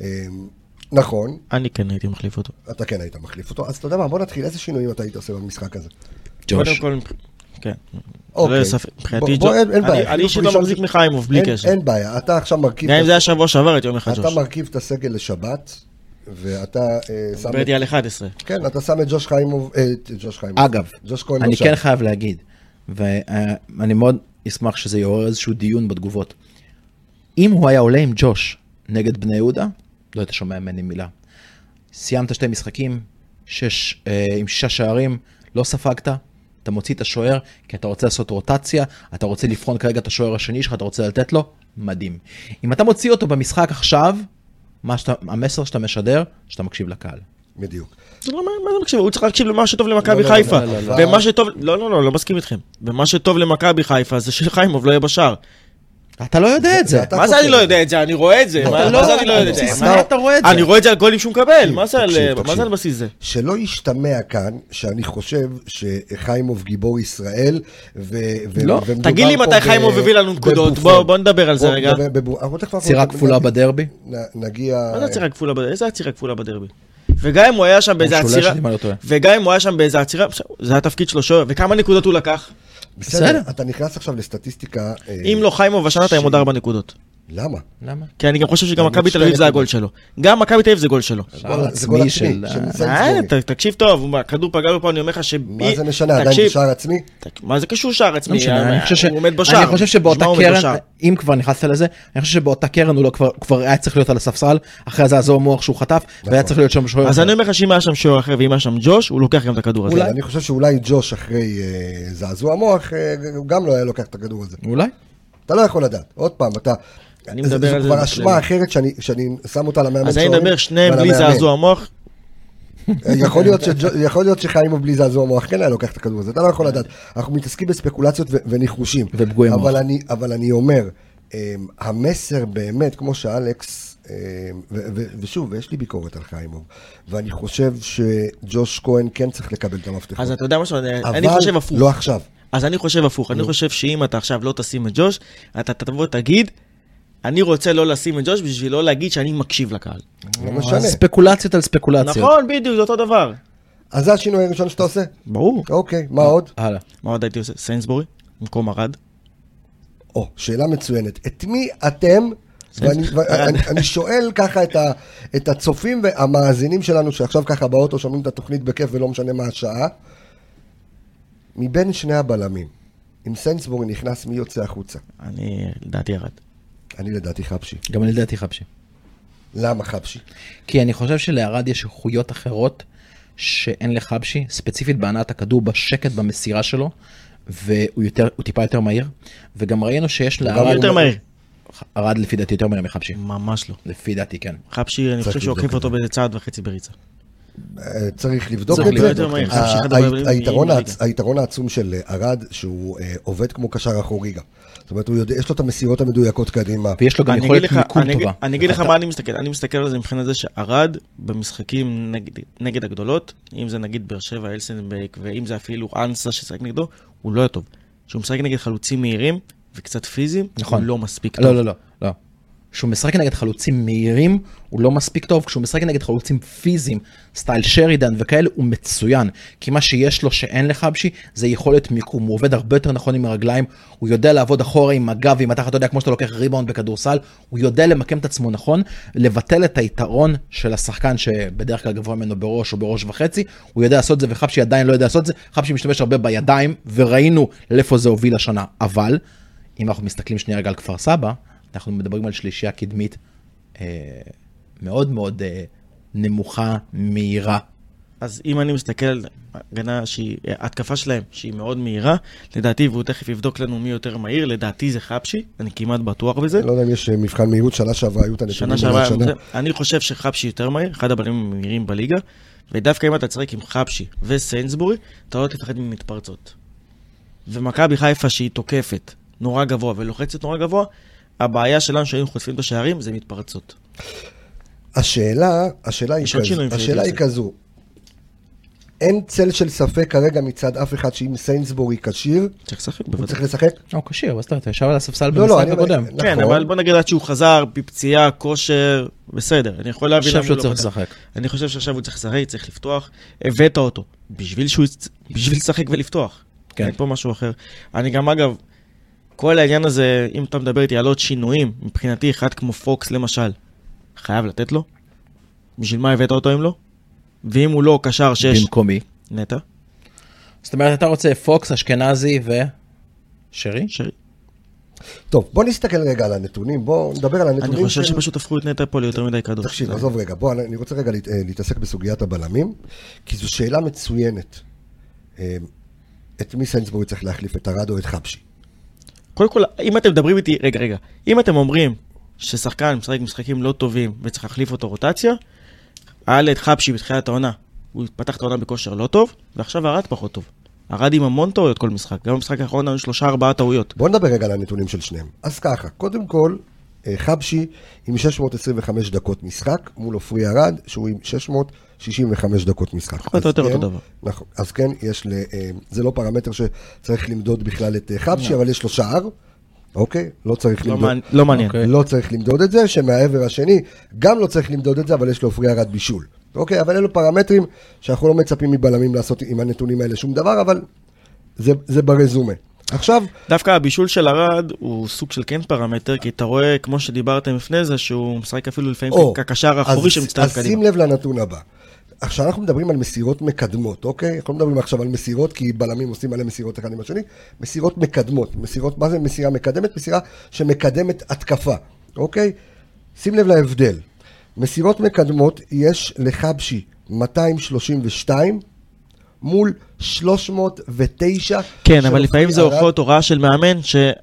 נכון. אני כן הייתי מחליף אותו. אתה כן היית מחליף אותו, אז אתה יודע מה, בוא נתחיל, איזה שינויים אתה היית עושה במשחק הזה? ג'וש. כן. אוקיי. מבחינתי, אני אישית לא מחזיק מחיימוב, בלי קשר. אין בעיה, אתה עכשיו מרכיב... גם אם זה היה שבוע שעבר, הייתי יום אחד ג'וש. אתה מרכיב את הסגל לשבת, ואתה... בראתי על אחד עשרה. כן, אתה שם את ג'וש חיימוב, את ג'וש חיימוב. אגב, אני כן חייב להגיד, ואני מאוד אשמח שזה יעורר איזשהו דיון בתגובות. אם הוא היה עולה עם ג'וש נגד בני יהודה, לא היית שומע ממני מילה. סיימת שתי משחקים, שש, עם שישה שערים, לא ספגת, אתה מוציא את השוער, כי אתה רוצה לעשות רוטציה, אתה רוצה לבחון כרגע את השוער השני שלך, אתה רוצה לתת לו, מדהים. אם אתה מוציא אותו במשחק עכשיו, מה שאתה, המסר שאתה משדר, שאתה מקשיב לקהל. בדיוק. זה לא, מה זה מקשיב? הוא צריך להקשיב למה שטוב למכבי חיפה. ומה שטוב, לא, לא, לא, לא מסכים איתכם. ומה שטוב למכבי חיפה זה שחיימוב לא יהיה בשער. אתה לא יודע את זה. מה זה אני לא יודע את זה? אני רואה את זה. מה זה אני לא יודע את זה? מה אתה רואה את זה? אני רואה את זה על גולים שהוא מקבל. מה זה על בסיס זה? שלא ישתמע כאן שאני חושב שחיימוב גיבור ישראל לא. תגיד לי מתי חיימוב הביא לנו נקודות. בוא נדבר על זה רגע. צירה כפולה בדרבי? נגיע... מה זה צירה כפולה בדרבי? איזה צירה כפולה בדרבי? וגם אם הוא היה שם באיזה עצירה, וגם אם הוא היה שם באיזה עצירה, זה התפקיד שלו שוער, וכמה נקודות הוא לקח? בסדר, אתה נכנס עכשיו לסטטיסטיקה... אם לא חיימוב השנה אתה עם עוד ארבע נקודות. למה? למה? כי אני גם חושב שגם מכבי תל אביב זה הגול שלו. גם מכבי תל אביב זה גול שלו. זה גול עצמי של סנסבורי. תקשיב טוב, הכדור פגע לו פה, אני אומר לך ש... מה זה משנה? עדיין בשער עצמי? מה זה קשור שער עצמי? הוא עומד בשער. אני חושב שבאותה קרן, אם כבר נכנסת לזה, אני חושב שבאותה קרן הוא כבר היה צריך להיות על הספסל, אחרי זה עזור מוח שהוא חטף, והיה צריך להיות שם שוער. אז אני אומר לך שאם היה שם שוער אחר ואם היה שם ג'וש, הוא לוקח גם את הכדור הזה. אני חושב שאולי ג'וש אחרי זעזוע מוח, הוא גם לא היה לוקח את הכדור הזה. אולי? אתה לא יכול לדעת. עוד פעם, אתה... אני מדבר על זה. זו כבר אשמה אחרת שאני שם אותה למאמן אז אני מדבר שניהם בלי זעזוע מוח. יכול להיות שחיימוב בלי זעזוע מוח כן היה לוקח את הכדור הזה. אתה לא יכול לדעת. אנחנו מתעסקים בספקולציות וניחושים. ופגועי מוח. אבל אני אומר, המסר באמת, כמו שאלכס, ושוב, ויש לי ביקורת על חיימוב, ואני חושב שג'וש כהן כן צריך לקבל את המפתחות. אז אתה יודע משהו, אני חושב הפוך. לא עכשיו. אז אני חושב הפוך. אני חושב שאם אתה עכשיו לא תשים את ג'וש, אתה תבוא ותגיד, אני רוצה לא לשים את ג'וש בשביל לא להגיד שאני מקשיב לקהל. לא משנה. ספקולציות על ספקולציות. נכון, בדיוק, זה אותו דבר. אז זה השינוי הראשון שאתה עושה? ברור. אוקיי, מה עוד? הלאה. מה עוד הייתי עושה? סיינסבורי, במקום ארד. או, שאלה מצוינת. את מי אתם, ואני, ואני, אני שואל ככה את, ה, את הצופים והמאזינים שלנו, שעכשיו ככה באוטו שומעים את התוכנית בכיף ולא משנה מה השעה, מבין שני הבלמים, אם סיינסבורי נכנס, מי יוצא החוצה? אני, לדעתי, ירד. אני לדעתי חבשי. גם אני לדעתי חבשי. למה חבשי? כי אני חושב שלערד יש איכויות אחרות שאין לחבשי, ספציפית בהנעת הכדור, בשקט במסירה שלו, והוא יותר, הוא טיפה יותר מהיר, וגם ראינו שיש לערד... גם יותר מהיר. ערד לפי דעתי יותר מהיר מחבשי. ממש לא. לפי דעתי, כן. חבשי, אני חושב שעוקף אותו בצעד וחצי בריצה. צריך לבדוק צריך את להיות זה. יותר מהיר. ה- חבשי אחד ה- הבלמים היתרון עם העצ- הליגה. היתרון העצום של ערד, שהוא אה, עובד כמו קשר אחורי גם. זאת אומרת, הוא יודע- יש לו את המסירות המדויקות קדימה. ויש לו גם אני יכולת אגיד לך- מיקום אני אגיד- טובה. אני אגיד לך מה אני מסתכל. אני מסתכל על זה מבחינת זה שערד, במשחקים נגד- נגד הגדולות, אם זה נגיד באר שבע, אלסנבק, ואם זה אפילו אנסה ששחק נגדו, הוא לא טוב. כשהוא משחק נגד חלוצים מהירים וקצת פיזיים, נכון. הוא לא מספיק טוב. לא, לא, לא, לא. כשהוא משחק נגד חלוצים מהירים, הוא לא מספיק טוב. כשהוא משחק נגד חלוצים פיזיים, סטייל שרידן וכאלה, הוא מצוין. כי מה שיש לו שאין לחבשי, זה יכולת מיקום. הוא עובד הרבה יותר נכון עם הרגליים, הוא יודע לעבוד אחורה עם הגב, ועם התחת, אתה יודע, כמו שאתה לוקח ריבאונד בכדורסל, הוא יודע למקם את עצמו נכון, לבטל את היתרון של השחקן שבדרך כלל גבוה ממנו בראש או בראש וחצי, הוא יודע לעשות את זה, וחבשי עדיין לא יודע לעשות את זה. חבשי משתמש הרבה בידיים, וראינו לאיפה זה הוביל השנה. אבל, אם אנחנו מסתכלים שנייה רגע על כפר סבא, אנחנו מדברים על שלישייה קדמית אה, מאוד מאוד אה, נמוכה, מהירה. אז אם אני מסתכל על הגנה שהיא, התקפה שלהם, שהיא מאוד מהירה, לדעתי, והוא תכף יבדוק לנו מי יותר מהיר, לדעתי זה חבשי, אני כמעט בטוח בזה. לא יודע אם יש מבחן מהירות, שנה שעברה היו את הנתונים. שנה בכל שעברה, אני חושב שחבשי יותר מהיר, אחד הבלמים המהירים בליגה, ודווקא אם אתה צחק עם חבשי וסיינסבורי, אתה לא תפחד ממתפרצות. ומכבי חיפה שהיא תוקפת נורא גבוה ולוחצת נורא גבוה, הבעיה שלנו שהיינו חוטפים את השערים זה מתפרצות. השאלה, השאלה היא כזו, השאלה היא כזו, אין צל של ספק כרגע מצד אף אחד שאם סיינסבורי כשיר, צריך לשחק הוא בוודאי. צריך לשחק? לא, קשיר, אבל אתה ישב על הספסל לא, לא, במשחק אני- הקודם. נכון. כן, אבל בוא נגיד עד שהוא חזר, פציעה, כושר, בסדר. אני יכול אני להבין חושב למה שהוא הוא לא צריך פתח. לשחק. אני חושב שעכשיו הוא צריך לשחק, צריך לפתוח. הבאת אותו, בשביל שהוא, בשביל לשחק ולפתוח. כן. אין פה משהו אחר. אני גם, אגב, כל העניין הזה, אם אתה מדבר איתי על עוד שינויים, מבחינתי, אחד כמו פוקס, למשל, חייב לתת לו. בשביל מה הבאת אותו אם לא? ואם הוא לא קשר שש, במקומי. נטע, זאת אומרת, אתה רוצה פוקס, אשכנזי ושרי? שרי. טוב, בוא נסתכל רגע על הנתונים, בוא נדבר על הנתונים. אני חושב של- שפשוט הפכו את נטע פה ליותר מדי כדור. תקשיב, זה- עזוב רגע, בוא, אני רוצה רגע להת- אה, להתעסק בסוגיית הבלמים, כי זו שאלה מצוינת. אה, את מי סיינסבורי צריך להחליף, את ארד או את חבשי? קודם כל, אם אתם מדברים איתי, רגע, רגע, אם אתם אומרים ששחקן משחק משחקים לא טובים וצריך להחליף אותו רוטציה, היה לי את חבשי בתחילת העונה, הוא פתח את העונה בכושר לא טוב, ועכשיו ארד פחות טוב. ארד עם המון טעויות כל משחק, גם במשחק האחרון היו שלושה ארבעה טעויות. בוא נדבר רגע על הנתונים של שניהם. אז ככה, קודם כל, אה, חבשי עם שש מאות עשרים וחמש דקות משחק, מול עופרי ארד, שהוא עם שש מאות שישים וחמש דקות משחק. פחות או יותר אז אותו כן, דבר. נכון, אז כן, יש ל... אה, זה לא פרמטר שצריך למדוד בכלל את אה, חבשי, אבל יש לו שער, אוקיי? לא צריך לא למדוד. מעניין- לא מעניין. אוקיי. לא צריך למדוד את זה, שמהעבר השני גם לא צריך למדוד את זה, אבל יש לו עופרי ארד בישול. אוקיי, אבל אלו פרמטרים שאנחנו לא מצפים מבלמים לעשות עם הנתונים האלה שום דבר, אבל זה, זה ברזומה. עכשיו, דווקא הבישול של ארד הוא סוג של כן פרמטר, כי אתה רואה, כמו שדיברתם לפני זה, שהוא משחק אפילו לפעמים או, כקשר האחורי אז, שמצטרף אז שים קדימה. לב לנתון הבא. עכשיו אנחנו מדברים על מסירות מקדמות, אוקיי? אנחנו לא מדברים עכשיו על מסירות, כי בלמים עושים עליהם מסירות אחד עם השני. מסירות מקדמות. מסירות, מה זה מסירה מקדמת? מסירה שמקדמת התקפה, אוקיי? שים לב להבדל. מסירות מקדמות יש לחבשי מאתיים שלושים ושתיים מול שלוש מאות ותשע. כן, של אבל לפעמים זה עופרי יכול להיות הוראה של מאמן,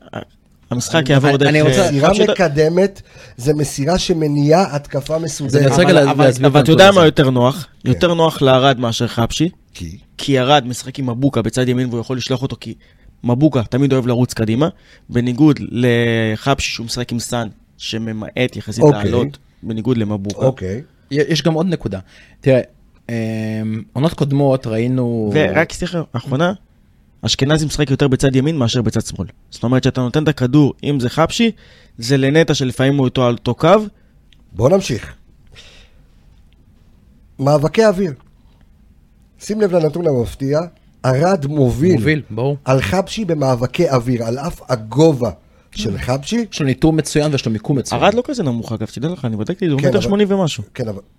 שהמשחק יעבור אני- דרך... אני רוצה- מסירה חבשי- מקדמת זה מסירה שמניעה התקפה מסודרת. אני רוצה רגע אבל- לה- אבל- להסביר את אבל אתה הנתון יודע הזה. מה יותר נוח? יותר נוח לארד מאשר חבשי, כי... כי ארד משחק עם מבוקה בצד ימין והוא יכול לשלוח אותו, כי מבוקה תמיד אוהב לרוץ קדימה, בניגוד לחבשי שהוא משחק עם סן, שממעט יחסית אוקיי. לעלות, בניגוד למבוקה. אוקיי. יש גם עוד נקודה. תראה, אמ, עונות קודמות ראינו... ורק סליחה, האחרונה, אשכנזי משחק יותר בצד ימין מאשר בצד שמאל. זאת אומרת שאתה נותן את הכדור, אם זה חבשי, זה לנטע שלפעמים הוא איתו על אותו קו. בואו נמשיך. מאבקי אוויר. שים לב לנתון המפתיע, ארד מוביל, מוביל, ברור. על חבשי במאבקי אוויר, על אף הגובה של חבשי. יש לו ניטור מצוין ויש לו מיקום מצוין. ארד לא כזה נמוך, אגב, תדע לך, אני בדקתי, הוא כן, מטר אבל- שמונים ומשהו. כן, אבל...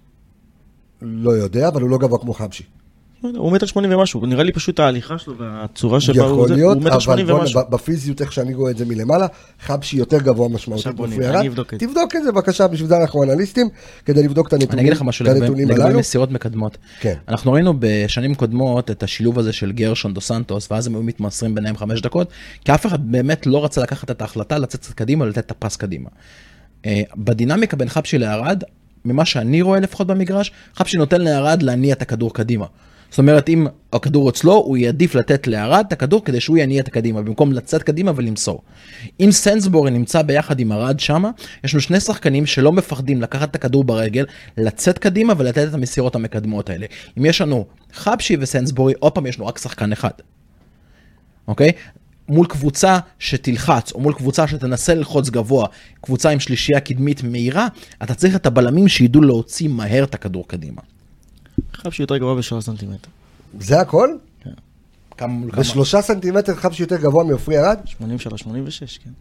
לא יודע, אבל הוא לא גבוה כמו חבשי. הוא מטר שמונים ומשהו, נראה לי פשוט ההליכה שלו והצורה שבה הוא יכול זה, להיות, הוא מטר אבל שמונים בוא, ומשהו. ב- בפיזיות, איך שאני רואה את זה מלמעלה, חבשי יותר גבוה משמעותית. עכשיו בוא מפריע נראה, רד. אני אבדוק את זה. תבדוק את זה, בבקשה, בשביל זה אנחנו אנליסטים, כדי לבדוק את הנתונים, אני אגיד לך משהו את לגבי, הנתונים לגבי הללו. מסירות מקדמות. כן. אנחנו ראינו בשנים קודמות את השילוב הזה של גרשון דו סנטוס, ואז הם היו מתמסרים ביניהם חמש דקות, כי אף אחד באמת לא רצה לקחת את ההחלטה, לצאת קצת קדימה, לתת את הפס קדימה. אה, בדינמיקה בין חבשי לארד, ממה שאני רואה לפחות במגרש, חבשי נותן לארד להניע את הכדור קדימה. זאת אומרת, אם הכדור אצלו, הוא יעדיף לתת לארד את הכדור כדי שהוא יניע את הקדימה, במקום לצאת קדימה ולמסור. אם סנסבורי נמצא ביחד עם ארד שמה, יש לנו שני שחקנים שלא מפחדים לקחת את הכדור ברגל, לצאת קדימה ולתת את המסירות המקדמות האלה. אם יש לנו חבשי וסנסבורי, עוד פעם יש לנו רק שחקן אחד. אוקיי? מול קבוצה שתלחץ, או מול קבוצה שתנסה ללחוץ גבוה, קבוצה עם שלישייה קדמית מהירה, אתה צריך את הבלמים שידעו להוציא מהר את הכדור קדימה. חבשי יותר גבוה בשלושה סנטימטר. זה הכל? כמה מול כמה? בשלושה סנטימטר חבשי יותר גבוה מעופרי ארד? שמונים ושלוש, שמונים ושש, כן.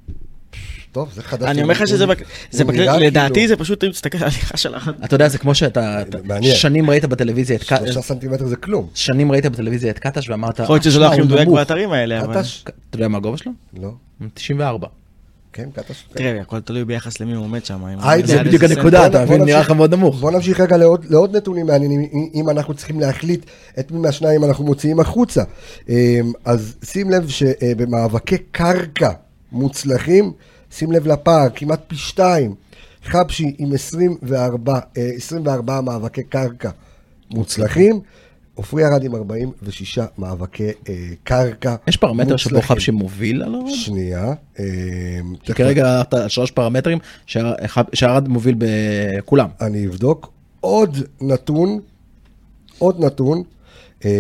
טוב, זה חדש. אני אומר לך שזה, בק- זה הוא בק- נראה לדעתי כאילו- זה פשוט, אם תסתכל על ההליכה של האחד. אתה יודע, זה כמו שאתה אתה- מעניין. שנים ראית בטלוויזיה את קטש, שלושה סנטימטר זה כלום. שנים ראית בטלוויזיה את קטש ואמרת, יכול להיות שזה "אה, לא שמע, הכי הוא מדויק נמוך." באתרים האלה, אבל... קטש? אתה יודע מה הגובה שלו? לא. תשעים וארבע. כן, קטש. תראה, הכל תלוי ביחס למי הוא עומד שם. אם- היידה, זה זה עד בדיוק איזה הנקודה, בוא אתה נ- מבין, בוא נראה לך נמשיך- מאוד נמוך. בוא נמשיך רגע לעוד, לעוד נתונים מעניינים, אם- אם אנחנו צריכים להחליט את מי מהשניים אנחנו מוציאים החוצה. אמ, אז שים לב שבמאבקי קרקע מוצלחים, שים לב לפער, כמעט פי שתיים, חבשי עם עשרים וארבע, אה, עשרים וארבע מאבקי קרקע מוצלחים, עופרי ארד עם ארבעים ושש מאבקי אה, קרקע יש פרמטר שבו מוצלחים. חבשי מוביל על ארד? שנייה. אמ, כי כרגע אתה על שלוש פרמטרים שהחב- שהארד מוביל בכולם. אני אבדוק עוד נתון, עוד נתון, אה,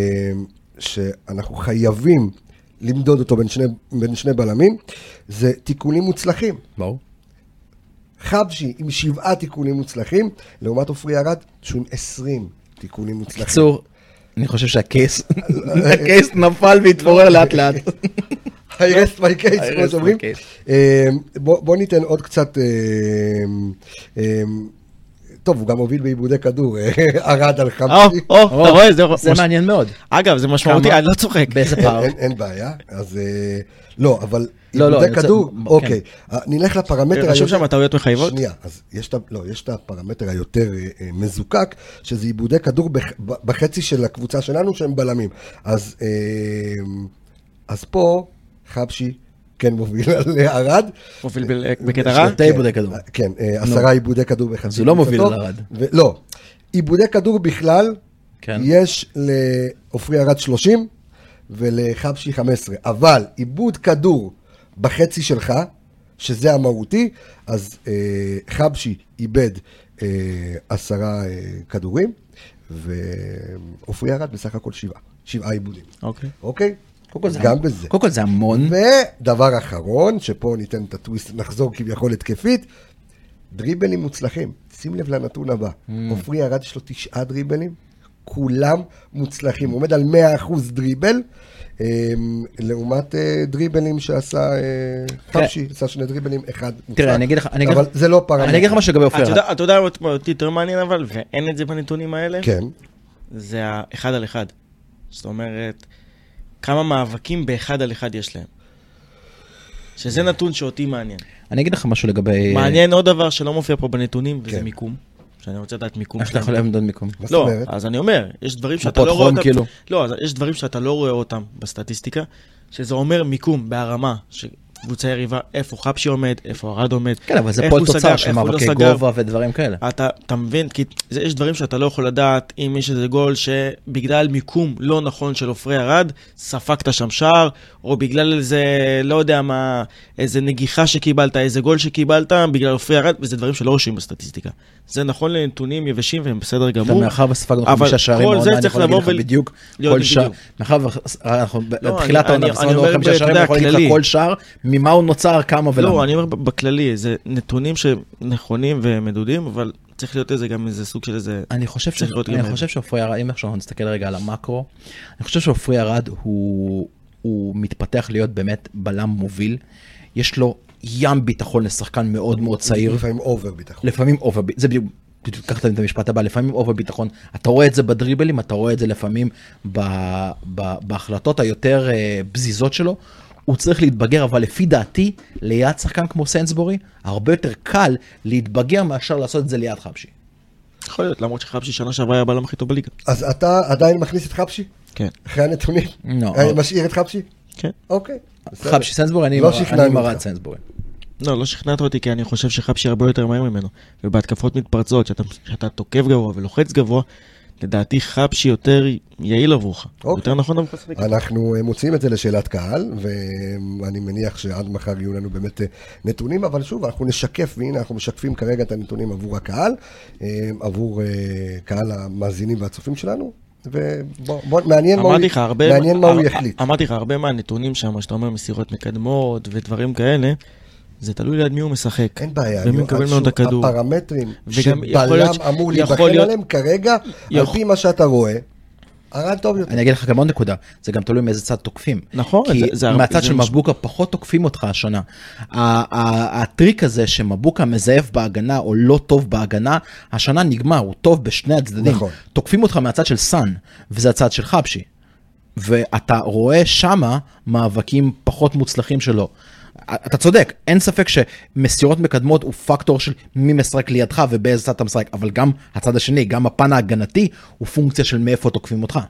שאנחנו חייבים למדוד אותו בין שני, בין שני בלמים, זה תיקונים מוצלחים. ברור. חבשי עם שבעה תיקונים מוצלחים, לעומת עופרי ארד, שהוא עם עשרים תיקונים מוצלחים. קיצור, אני חושב שהקייס הקייס נפל והתפורר לאט לאט. I rest my case, I כמו rest שאומרים. my case. אה, בוא בוא ניתן עוד קצת... אה, אה, טוב, הוא גם הוביל בעיבודי כדור, אה, ארד על או, חבשי. או, אתה רואה, זה... זה מש- מעניין מאוד. אגב, זה משמעותי, כמה? אני לא צוחק. באיזה אין- פער? אין- אין בעיה, אז אה, לא, אבל לא, לא, עיבודי אני רוצה- כדור, כן. אוקיי, אה, נלך לפרמטר רשום שם טעויות מחייבות? שנייה, אז יש את ה- לא, יש את הפרמטר היותר אה, אה, מזוקק, שזה עיבודי כדור בח- ב- בחצי של הקבוצה שלנו, שהם בלמים. אז אה, אז פה, חבשי כן מוביל על ארד. מוביל ב- בקטע רע? שתי עיבודי כדור. כן, אה, עשרה עיבודי כדור בחצי. אז הוא לא מוביל קבוצתו. על ארד. ו- לא, עיבודי כדור בכלל, כן. יש לעופרי ארד שלושים ולחבשי חמש עשרה, אבל עיבוד כדור בחצי שלך, שזה המהותי, אז אה, חבשי איבד אה, עשרה אה, כדורים, ועופרי ארד בסך הכל שבעה, שבעה עיבודים. אוקיי. אוקיי? קודם כל זה- גם בזה. קודם כל זה המון. ודבר אחרון, שפה ניתן את הטוויסט, נחזור כביכול התקפית, דריבלים מוצלחים. שים לב לנתון הבא. עופרי ארד יש לו תשעה דריבלים, כולם מוצלחים. הוא עומד על מאה אחוז דריבל, אה, לעומת אה, דריבלים שעשה אה, חבשי, עשה שני דריבלים, אחד מוצלח. תראה, אני אגיד לך, אני אגיד אבל לך- זה לא פרמטר. אני אגיד לך משהו לגבי עופרי אתה ארד. יודע- אתה יודע מה אותי יותר מעניין אבל, ואין את זה בנתונים האלה? כן. זה האחד על אחד. זאת אומרת, כמה מאבקים באחד על אחד יש להם. שזה נתון שאותי מעניין. אני אגיד לך משהו לגבי... מעניין עוד דבר שלא מופיע פה בנתונים, וזה כן. מיקום. שאני רוצה לדעת מיקום איך אתה יכול למדוד מיקום? מה זאת לא, אומרת? אז אני אומר, יש דברים שאתה מפות לא רואה חום, אותם. כאילו. לא, אז יש דברים שאתה לא רואה אותם בסטטיסטיקה, שזה אומר מיקום בהרמה, שקבוצה יריבה, איפה חבשי עומד, איפה ארד עומד, כן, אבל זה איך פועל הוא תוצר סגר, של איך הוא לא מאבקי סגר. גובה ודברים כאלה. אתה, אתה מבין? כי זה, יש דברים שאתה לא יכול לדעת אם יש איזה גול שבגלל מיקום לא נכון של עופרי ארד, ספקת שם שער, או בגלל איזה, לא יודע מה, איזה נגיחה שקיבלת, איזה גול שקיבלת, בגלל עופרי ארד, וזה דברים שלא רושמים בסטטיסטיקה. זה נכון לנתונים יבשים והם בסדר אתה גמור. מאחר וספגנו אבל חמישה שערים כל זה העונה, אני צריך יכול להגיד לבוא לך ול- בדיוק להיות כל שער. בדיוק. מאחר ואנחנו בתחילת אני- העונה אני וספגנו אומר חמישה שערים, אתה אני יכול להגיד לך כללי. כל שער, ממה הוא נוצר, כמה ולמה. לא, אני אומר בכללי, זה נתונים שנכונים ומדודים, אבל צריך להיות איזה, גם איזה סוג של איזה... אני חושב ש... אני חושב שעופרי ארד, אם עכשיו נסתכל רגע על המקרו, אני חושב שעופרי ארד הוא, הוא מתפתח להיות באמת בלם מוביל, יש לו ים ביטחון לשחקן מאוד מאוד צעיר. לפעמים אובר ביטחון. לפעמים אובר ביטחון, זה בדיוק, קחת את המשפט הבא, לפעמים אובר ביטחון, אתה רואה את זה בדריבלים, אתה רואה את זה לפעמים ב, ב, בהחלטות היותר בזיזות שלו, הוא צריך להתבגר, אבל לפי דעתי, ליד שחקן כמו סנסבורי, הרבה יותר קל להתבגר מאשר לעשות את זה ליד חבשי. יכול להיות, למרות שחבשי שנה שעברה היה הבלם הכי טוב בליגה. אז אתה עדיין מכניס את חבשי? כן. אחרי הנתונים? לא. משאיר את חבשי? כן. אוקיי. חבשי, סנסבורי, אני מרד סנסבורי. לא, לא שכנעת אותי, כי אני חושב שחבשי הרבה יותר מהר ממנו. ובהתקפות מתפרצות, שאתה, שאתה תוקף גבוה ולוחץ גבוה, לדעתי חבשי יותר יעיל עבורך. יותר נכון עבורך. אנחנו מוצאים את זה לשאלת קהל, ואני מניח שעד מחר יהיו לנו באמת נתונים, אבל שוב, אנחנו נשקף, והנה אנחנו משקפים כרגע את הנתונים עבור הקהל, עבור קהל המאזינים והצופים שלנו, ומעניין מה הוא יחליט. אמרתי לך, הרבה מהנתונים שם, שאתה אומר מסירות מקדמות ודברים כאלה, זה תלוי ליד מי הוא משחק. אין בעיה. ומי מקבל ממנו את הכדור. הפרמטרים שבלם אמור להיבחן עליהם כרגע, על פי מה שאתה רואה, הרעד טוב יותר. אני אגיד לך גם עוד נקודה, זה גם תלוי מאיזה צד תוקפים. נכון. כי מהצד של מבוקה פחות תוקפים אותך השנה. הטריק הזה שמבוקה מזייף בהגנה או לא טוב בהגנה, השנה נגמר, הוא טוב בשני הצדדים. תוקפים אותך מהצד של סן, וזה הצד של חבשי. ואתה רואה שמה מאבקים פחות מוצלחים שלו. אתה צודק, אין ספק שמסירות מקדמות הוא פקטור של מי משחק לידך ובאיזה צד אתה משחק, אבל גם הצד השני, גם הפן ההגנתי, הוא פונקציה של מאיפה תוקפים אותך.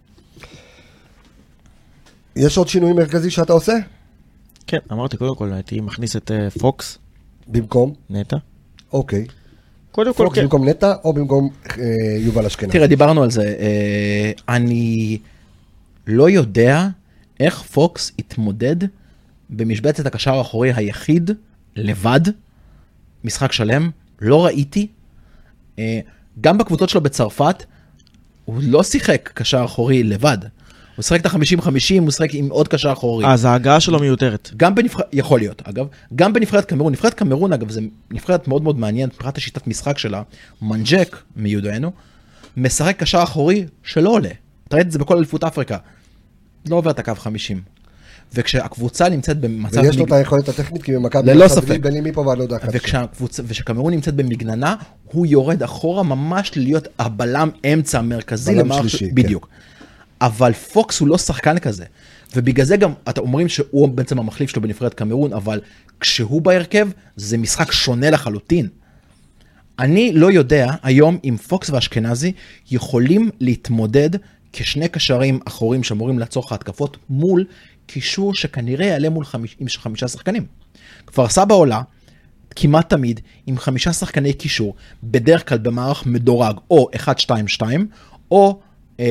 יש עוד שינוי מרכזי שאתה עושה? כן, אמרתי קודם כל, הייתי מכניס את פוקס. במקום? נטע. אוקיי. קודם כל, פוקס כן. במקום נטע או במקום אה, יובל אשכנזי? תראה, דיברנו על זה. אה, אני לא יודע איך פוקס התמודד במשבצת הקשר האחורי היחיד, לבד, משחק שלם, לא ראיתי, גם בקבוצות שלו בצרפת, הוא לא שיחק קשר אחורי לבד, הוא שיחק את ה-חמישים חמישים, הוא שיחק עם עוד קשר אחורי. אז ההגעה שלו מיותרת. גם בנבחרת, יכול להיות, אגב, גם בנבחרת קמרון, נבחרת קמרון, אגב, זה נבחרת מאוד מאוד מעניינת, פרט השיטת משחק שלה, מנג'ק, מיודענו, משחק קשר אחורי שלא עולה. תראית את זה בכל אליפות אפריקה, לא עובר את הקו חמישים. וכשהקבוצה נמצאת במצב... ויש לו את היכולת הטכנית, כי במכבי... ללא ספק. בלי מפה ועד לא יודע וכשקמרון נמצאת במגננה, הוא יורד אחורה ממש להיות הבלם אמצע המרכזי. בלם שלישי, בדיוק. אבל פוקס הוא לא שחקן כזה. ובגלל זה גם, אתם אומרים שהוא בעצם המחליף שלו בנבחרת קמרון, אבל כשהוא בהרכב, זה משחק שונה לחלוטין. אני לא יודע היום אם פוקס ואשכנזי יכולים להתמודד כשני קשרים אחורים שאמורים לצורך ההתקפות מול קישור שכנראה יעלה מול חמיש, עם חמישה שחקנים. כפר סבא עולה כמעט תמיד עם חמישה שחקני קישור, בדרך כלל במערך מדורג או אחת שתיים שתיים או, אה,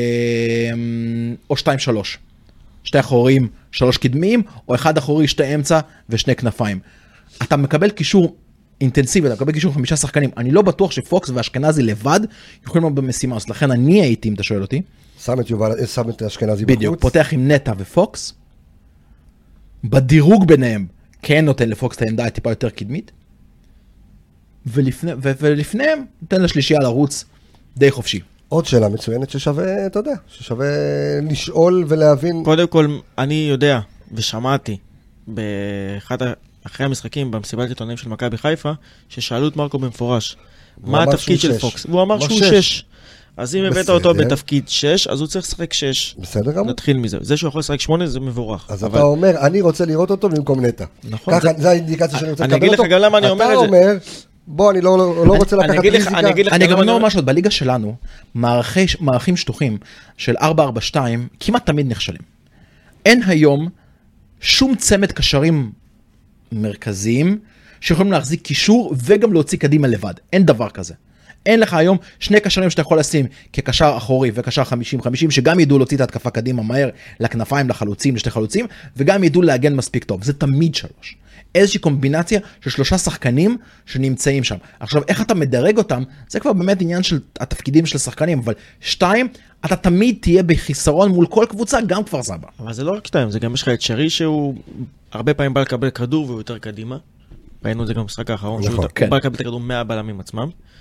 או שתיים שלוש. שתי אחורים, שלוש קדמיים, או אחד אחורי, שתי אמצע ושני כנפיים. אתה מקבל קישור אינטנסיבי, אתה מקבל קישור חמישה שחקנים. אני לא בטוח שפוקס ואשכנזי לבד יכולים להיות במשימה, אז לכן אני הייתי, אם אתה שואל אותי, שם את יובל, שם את אשכנזי בחוץ. בדיוק, פותח עם נטע ופוקס, בדירוג ביניהם, כן נותן לפוקס את העמדה טיפה יותר קדמית, ולפני, ו- ולפניהם נותן לשלישייה לרוץ די חופשי. עוד שאלה מצוינת ששווה, אתה יודע, ששווה לשאול ולהבין. קודם כל, אני יודע ושמעתי באחד, אחרי המשחקים במסיבת עיתונאים של מכבי חיפה, ששאלו את מרקו במפורש, מה התפקיד של פוקס? והוא אמר שהוא שש. אז אם הבאת אותו בתפקיד שש, אז הוא צריך לשחק שש. בסדר גמור. נתחיל מזה. זה שהוא יכול לשחק שמונה, זה מבורך. אז אתה אומר, אני רוצה לראות אותו במקום נטע. נכון. ככה, זה האינדיקציה שאני רוצה לקבל אותו. אני אגיד לך גם למה אני אומר את זה. אתה אומר, בוא, אני לא רוצה לקחת ריזיקה. אני גם אומר משהו, בליגה שלנו, מערכים שטוחים של ארבע ארבע שתיים, כמעט תמיד נכשלים. אין היום שום צמד קשרים מרכזיים, שיכולים להחזיק קישור וגם להוציא קדימה לבד. אין דבר כזה. אין לך היום שני קשרים שאתה יכול לשים כקשר אחורי וקשר חמישים חמישים, שגם ידעו להוציא את ההתקפה קדימה מהר לכנפיים, לחלוצים, לשתי חלוצים, וגם ידעו להגן מספיק טוב. זה תמיד שלוש. איזושהי קומבינציה של שלושה שחקנים שנמצאים שם. עכשיו, איך אתה מדרג אותם, זה כבר באמת עניין של התפקידים של השחקנים, אבל שתיים, אתה תמיד תהיה בחיסרון מול כל קבוצה, גם כפר סבא. אבל זה לא רק שתיים, זה גם יש לך את שרי שהוא הרבה פעמים בא לקבל כדור והוא יותר קדימה. ראינו את זה גם במשחק האחרון, שהוא בא לקבל את הכדור מהבלמים עצמם.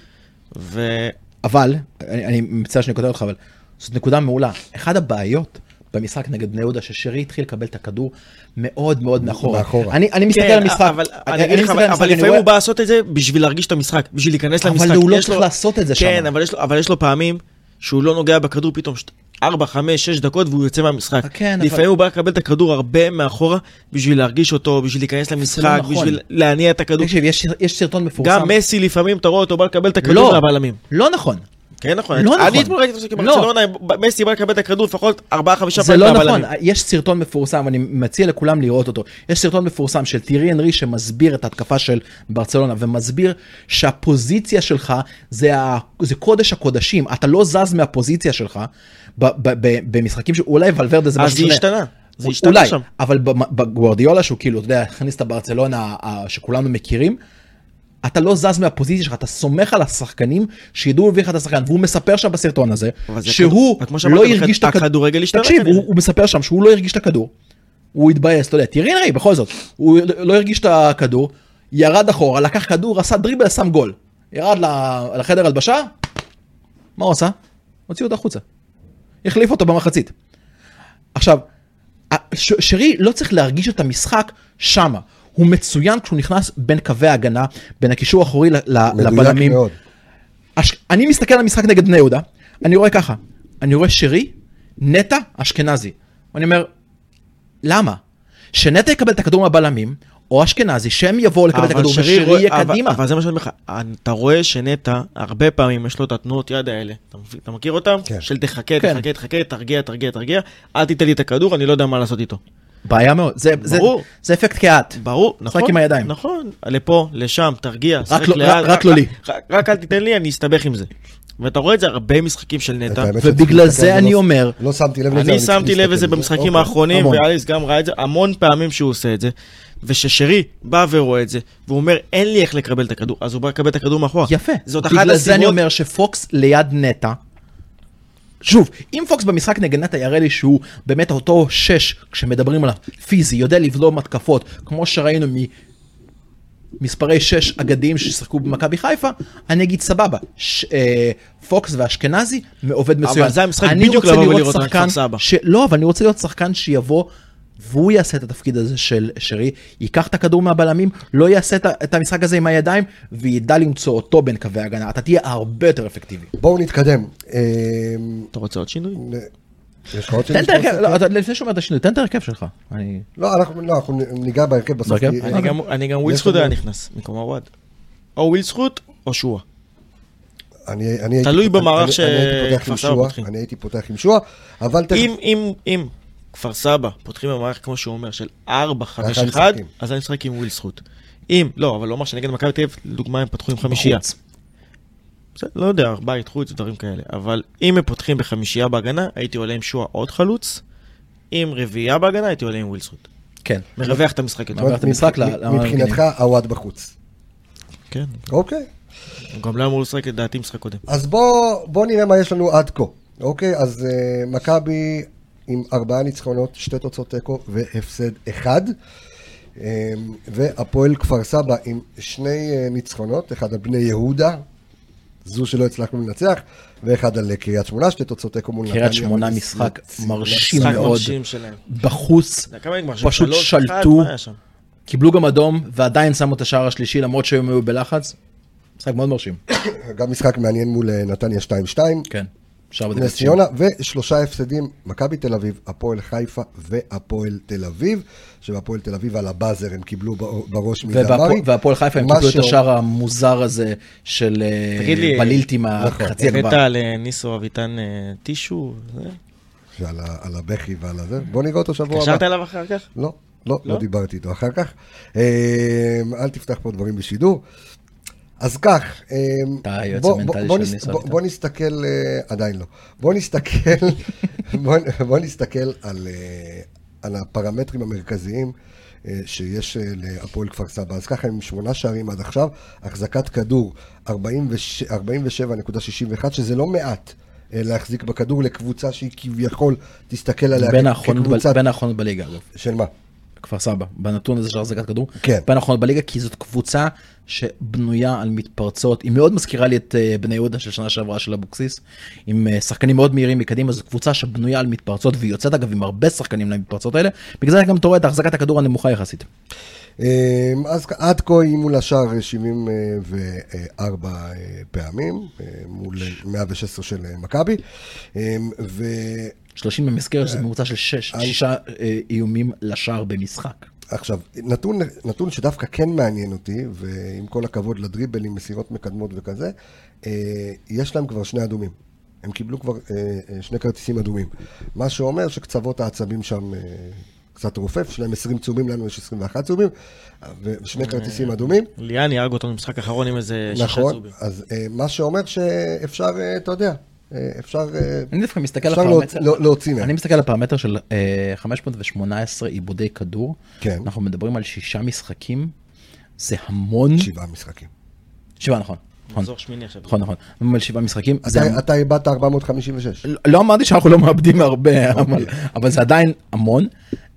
ו... אבל, אני, אני מצטער שאני כותב אותך, אבל זאת נקודה מעולה. אחד הבעיות במשחק נגד בני יהודה, ששרי התחיל לקבל את הכדור מאוד מאוד מאחורה. אני, אני מסתכל על המשחק. אבל, אני אני אבל, אבל לפעמים רואה... הוא בא לעשות את זה בשביל להרגיש את המשחק, בשביל להיכנס למשחק. אבל הוא לא צריך לו... לעשות את זה שם. כן, אבל יש, לו, אבל יש לו פעמים שהוא לא נוגע בכדור פתאום ארבע, חמש, שש דקות והוא יוצא מהמשחק. כן, לפעמים אבל... הוא בא לקבל את הכדור הרבה מאחורה, בשביל להרגיש אותו, בשביל להיכנס למשחק, לא נכון. בשביל להניע את הכדור. תקשיב, יש, יש סרטון מפורסם. גם מסי לפעמים, אתה רואה אותו, בא לקבל את הכדור לא, לבלמים. לא נכון. כן, נכון. לא נכון. אני אתמול ראיתי אותו שברצלונה, מסי בא לקבל את הכדור לפחות ארבעה, חמישה פעמים מהבלמים. זה לא נכון, יש סרטון מפורסם, אני מציע לכולם לראות אותו. יש סרטון מפורסם של טירי אנרי שמסביר את ההתקפה של ברצלונה, ומסביר שהפוזיציה שלך זה, ה... זה קודש הקודשים, אתה לא זז מהפוזיציה שלך ב- ב- ב- במשחקים שאולי ולוורדה זה משהו שונה. אז זה השתנה. זה השתנה אולי, שם. אבל בגוארדיולה שהוא כאילו, אתה יודע, הכניס את הברצלונה שכולנו מכירים, אתה לא זז מהפוזיציה שלך, אתה סומך על השחקנים שידעו להביא לך את השחקן, והוא מספר שם בסרטון הזה, שהוא לא הרגיש את הכדור. תקשיב, הוא מספר שם שהוא לא הרגיש את הכדור, הוא התבאס, אתה יודע, תראי נראי, בכל זאת, הוא לא הרגיש את הכדור, ירד אחורה, לקח כדור, עשה דריבל, שם גול, ירד לחדר הלבשה, מה הוא עשה? הוציא אותו החוצה, החליף אותו במחצית. עכשיו, שרי לא צריך להרגיש את המשחק שמה, הוא מצוין כשהוא נכנס בין קווי ההגנה, בין הקישור האחורי לבלמים. אני מסתכל על המשחק נגד בני יהודה, אני רואה ככה, אני רואה שרי, נטע, אשכנזי. אני אומר, למה? שנטע יקבל את הכדור מהבלמים, או אשכנזי, שהם יבואו לקבל את הכדור, ושרי יהיה קדימה. אבל זה מה שאני אומר לך, אתה רואה שנטע, הרבה פעמים יש לו את התנועות יד האלה, אתה מכיר אותם? של תחכה, תחכה, תחכה, תרגיע, תרגיע, תרגיע, אל תיתן לי את הכדור, אני לא יודע מה לעשות איתו. בעיה מאוד, זה, זה, זה אפקט קהת. ברור, נכון. שחק עם הידיים. נכון, לפה, לשם, תרגיע, רק, לא, לאט, רק, רק לא לי. רק, רק אל תיתן לי, אני אסתבך עם זה. ואתה רואה את זה הרבה משחקים של נטע. ובגלל זה אני אומר, לא שמתי לב לזה. אני שמתי לב לזה במשחקים האחרונים, ואליס גם ראה את זה, המון פעמים שהוא עושה את זה, וששרי בא ורואה את זה, והוא אומר, אין לי איך לקבל את הכדור, אז הוא בא לקבל את הכדור מאחורה. יפה. בגלל זה אני אומר שפוקס ליד נטע, שוב, אם פוקס במשחק נגד נטע יראה לי שהוא באמת אותו שש, כשמדברים עליו פיזי, יודע לבלום התקפות, כמו שראינו ממספרי שש אגדיים ששחקו במכבי חיפה, אני אגיד סבבה, ש, אה, פוקס ואשכנזי מעובד מסוים. אבל זה המשחק בדיוק לבוא ולראות רק כפר סבא. ש... לא, אבל אני רוצה להיות שחקן שיבוא, והוא יעשה את התפקיד הזה של שרי, ייקח את הכדור מהבלמים, לא יעשה את המשחק הזה עם הידיים, וידע למצוא אותו בין קווי הגנה. אתה תהיה הרבה יותר אפקטיבי. בואו נתקדם. אתה רוצה עוד שינוי? יש לך עוד שינוי? לפני שאומר את השינוי, תן את הרכב שלך. לא, אנחנו ניגע בהרכב בסוף. אני גם וויל זכות היה נכנס, מקום הוואד. או וויל זכות, או שואה. תלוי במערך שכפר סבא פותחים. אני הייתי פותח עם שואה, אבל... אם כפר סבא פותחים במערך כמו שהוא אומר של ארבע חמש אחת, אז אני משחק עם וויל זכות. אם, לא, אבל לא אומר שנגד מכבי תל אביב, לדוגמה הם פתחו עם חמישייה. לא יודע, ארבעה יתחו דברים כאלה, אבל אם הם פותחים בחמישייה בהגנה, הייתי עולה עם שואה עוד חלוץ, עם רביעייה בהגנה, הייתי עולה עם וויל זכות. כן. מרווח את המשחק. מבחינתך, הוואד בחוץ. כן. אוקיי. הוא גם לא אמור לשחק לדעתי משחק קודם. אז בוא נראה מה יש לנו עד כה. אוקיי, אז מכבי עם ארבעה ניצחונות, שתי תוצאות תיקו והפסד אחד. והפועל כפר סבא עם שני ניצחונות, אחד על בני יהודה, זו שלא הצלחנו לנצח, ואחד על קריית שמונה, שתי תוצאות תיקו מול נתניה. קריית שמונה משחק מרשים מאוד, בחוץ, פשוט שלטו, קיבלו גם אדום, ועדיין שמו את השער השלישי, למרות שהיום היו בלחץ, משחק מאוד מרשים. גם משחק מעניין מול נתניה שתיים שתיים. כן. נס ציונה, ושלושה הפסדים, מכבי תל אביב, הפועל חיפה והפועל תל אביב, שבהפועל תל אביב על הבאזר הם קיבלו בראש מדמרי. והפועל חיפה הם קיבלו את השער המוזר הזה של בלילתי מהחצי הגבה. הבאת על ניסו אביטן טישו? על הבכי ועל הזה. בוא נראה אותו שבוע הבא. קשרת אליו אחר כך? לא, לא, לא דיברתי איתו אחר כך. אל תפתח פה דברים בשידור. אז כך, בוא נסתכל, עדיין לא, בוא נסתכל, בוא נסתכל על הפרמטרים המרכזיים שיש להפועל כפר סבא. אז ככה, עם שמונה שערים עד עכשיו, החזקת כדור ארבעים ושבע נקודה שישים ואחת, שזה לא מעט להחזיק בכדור לקבוצה שהיא כביכול תסתכל עליה כקבוצה. בין האחרונות בליגה, אגב. של מה? כפר סבא, בנתון הזה של החזקת כדור. כן. בנכון, בליגה, כי זאת קבוצה שבנויה על מתפרצות, היא מאוד מזכירה לי את בני יהודה של שנה שעברה של אבוקסיס, עם שחקנים מאוד מהירים מקדימה, זו קבוצה שבנויה על מתפרצות, והיא יוצאת אגב עם הרבה שחקנים למתפרצות האלה, בגלל זה גם תורא את החזקת הכדור הנמוכה יחסית. אז עד כה היא מול השאר שבעים וארבע פעמים, מול מאה ושש עשרה של מכבי, ו... שלושים במסגרת, שזה ממוצע של שש, שישה איומים לשער במשחק. עכשיו, נתון, נתון שדווקא כן מעניין אותי, ועם כל הכבוד לדריבלים, מסירות מקדמות וכזה, יש להם כבר שני אדומים. הם קיבלו כבר שני כרטיסים אדומים. מה שאומר שקצוות העצבים שם קצת רופף, שלהם עשרים צהובים, לנו יש עשרים ואחת צהובים, ושני כרטיסים אדומים. ליאני הרג אותנו במשחק האחרון עם איזה שישה צהובים. נכון, אז מה שאומר שאפשר, אתה יודע, אפשר להוציא מהם. אני מסתכל על הפרמטר של חמש מאות ושמונה עשרה עיבודי כדור. כן. אנחנו מדברים על שישה משחקים. זה המון. שבעה משחקים. שבעה, נכון. מחזור שמיני עכשיו. נכון, נכון. על שבעה משחקים. אתה איבדת ארבע מאות חמישים ושש. לא אמרתי שאנחנו לא מאבדים הרבה, אבל זה עדיין המון.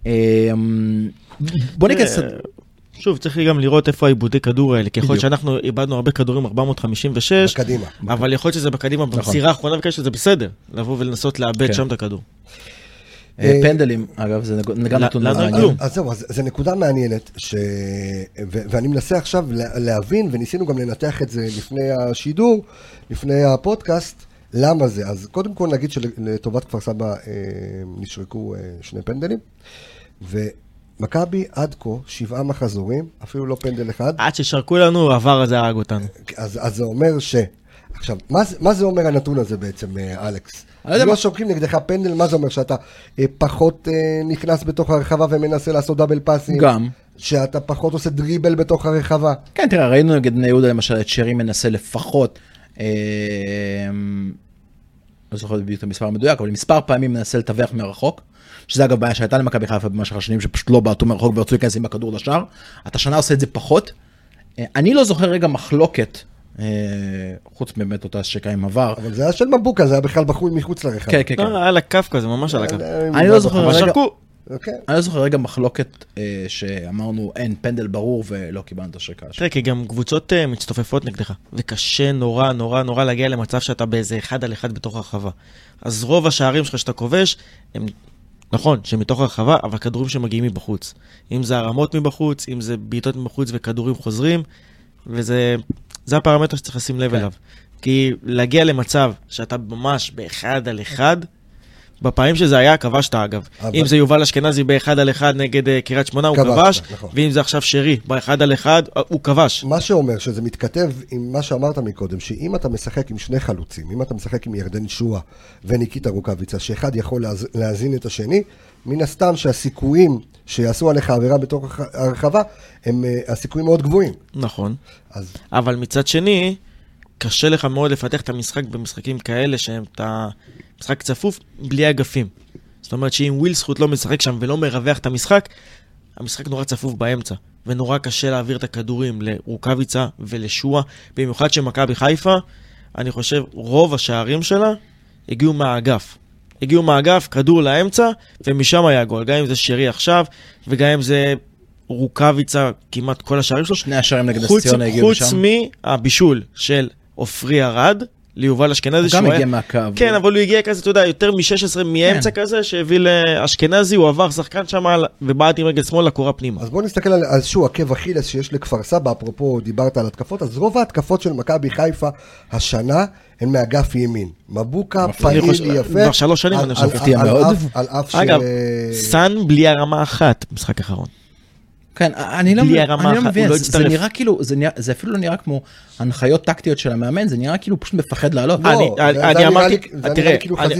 בוא ניכנס... שוב, צריך גם לראות איפה העיבודי כדור האלה, כי יכול להיות שאנחנו איבדנו הרבה כדורים ארבע מאות חמישים ושש, בקדימה. אבל יכול להיות שזה בקדימה במסירה האחרונה, וכאילו שזה בסדר, לבוא ולנסות לאבד שם את הכדור. פנדלים, אגב, זה גם נתון מעניין. אז זהו, זה נקודה מעניינת, ואני מנסה עכשיו להבין, וניסינו גם לנתח את זה לפני השידור, לפני הפודקאסט, למה זה? אז קודם כל נגיד שלטובת כפר סבא נשרקו שני פנדלים, ו... מכבי עד כה, שבעה מחזורים, אפילו לא פנדל אחד. עד ששרקו לנו, עבר הזה הרג אותנו. אז, אז זה אומר ש... עכשיו, מה, מה זה אומר הנתון הזה בעצם, אלכס? אם לא שורקים נגדך פנדל, מה זה אומר? שאתה אה, פחות אה, נכנס בתוך הרחבה ומנסה לעשות דאבל פאסים? גם. שאתה פחות עושה דריבל בתוך הרחבה? כן, תראה, ראינו נגד בני יהודה, למשל, את שרי מנסה לפחות... אה, לא זוכר בדיוק את המספר המדויק, אבל מספר פעמים מנסה לתווך מרחוק, שזה אגב בעיה שהייתה למכבי חיפה במשך השנים, שפשוט לא בעטו מרחוק ורצו להיכנס עם הכדור לשער. אתה שנה עושה את זה פחות. אני לא זוכר רגע מחלוקת, חוץ באמת אותה שקה עם עבר. אבל זה היה של מבוקה, זה היה בכלל בחוי מחוץ לרחבה. כן, כן, כן. היה לקף כזה, ממש על הקף. אני לא זוכר רגע... Okay. אני לא זוכר רגע מחלוקת אה, שאמרנו אין פנדל ברור ולא קיבלנו את השריקה. תראה, כי גם קבוצות אה, מצטופפות נגדך, וקשה נורא נורא נורא להגיע למצב שאתה באיזה אחד על אחד בתוך הרחבה. אז רוב השערים שלך שאתה כובש, הם נכון, שמתוך הרחבה, אבל כדורים שמגיעים מבחוץ. אם זה הרמות מבחוץ, אם זה בעיטות מבחוץ וכדורים חוזרים, וזה זה הפרמטר שצריך לשים לב אליו. כי להגיע למצב שאתה ממש באחד על אחד, בפעמים שזה היה, כבשת אגב. אם זה יובל אשכנזי באחד על אחד נגד קריית שמונה, הוא כבש, ואם זה עכשיו שרי באחד על אחד, הוא כבש. מה שאומר שזה מתכתב עם מה שאמרת מקודם, שאם אתה משחק עם שני חלוצים, אם אתה משחק עם ירדן שועה וניקיטה רוקאביצה, שאחד יכול להזין את השני, מן הסתם שהסיכויים שיעשו עליך עבירה בתוך הרחבה, הם הסיכויים מאוד גבוהים. נכון. אבל מצד שני, קשה לך מאוד לפתח את המשחק במשחקים כאלה, שהם את המשחק צפוף בלי אגפים. זאת אומרת שאם וויל זכות לא משחק שם ולא מרווח את המשחק, המשחק נורא צפוף באמצע, ונורא קשה להעביר את הכדורים לרוקאביצה ולשועה, במיוחד שמכבי חיפה, אני חושב רוב השערים שלה הגיעו מהאגף. הגיעו מהאגף, כדור לאמצע, ומשם היה גול. גם אם זה שרי עכשיו, וגם אם זה רוקאביצה, כמעט כל השערים שלו. שני השערים נגד הציון הגיעו משם. חוץ מהבישול של אופרי ארד, ליובל אשכנזי. הוא גם הגיע מהקו. כן, אבל הוא הגיע כזה, אתה יודע, יותר מ-שש עשרה מאמצע כזה, שהביא לאשכנזי, הוא עבר שחקן שם, ובעט עם רגל שמאל לקורה פנימה. אז בואו נסתכל על איזשהו עקב אכילס שיש לכפר סבא, אפרופו דיברת על התקפות, אז רוב ההתקפות של מכבי חיפה השנה, הן מאגף ימין. מבוקה, פעיל, יפה. כבר שלוש שנים אני חושב. מפתיע מאוד. אגב, סן בלי הרמה אחת, משחק אחרון. כן, אני לא מבין, זה נראה כאילו, זה אפילו לא נראה כמו הנחיות טקטיות של המאמן, זה נראה כאילו פשוט מפחד לעלות. אני אמרתי, תראה,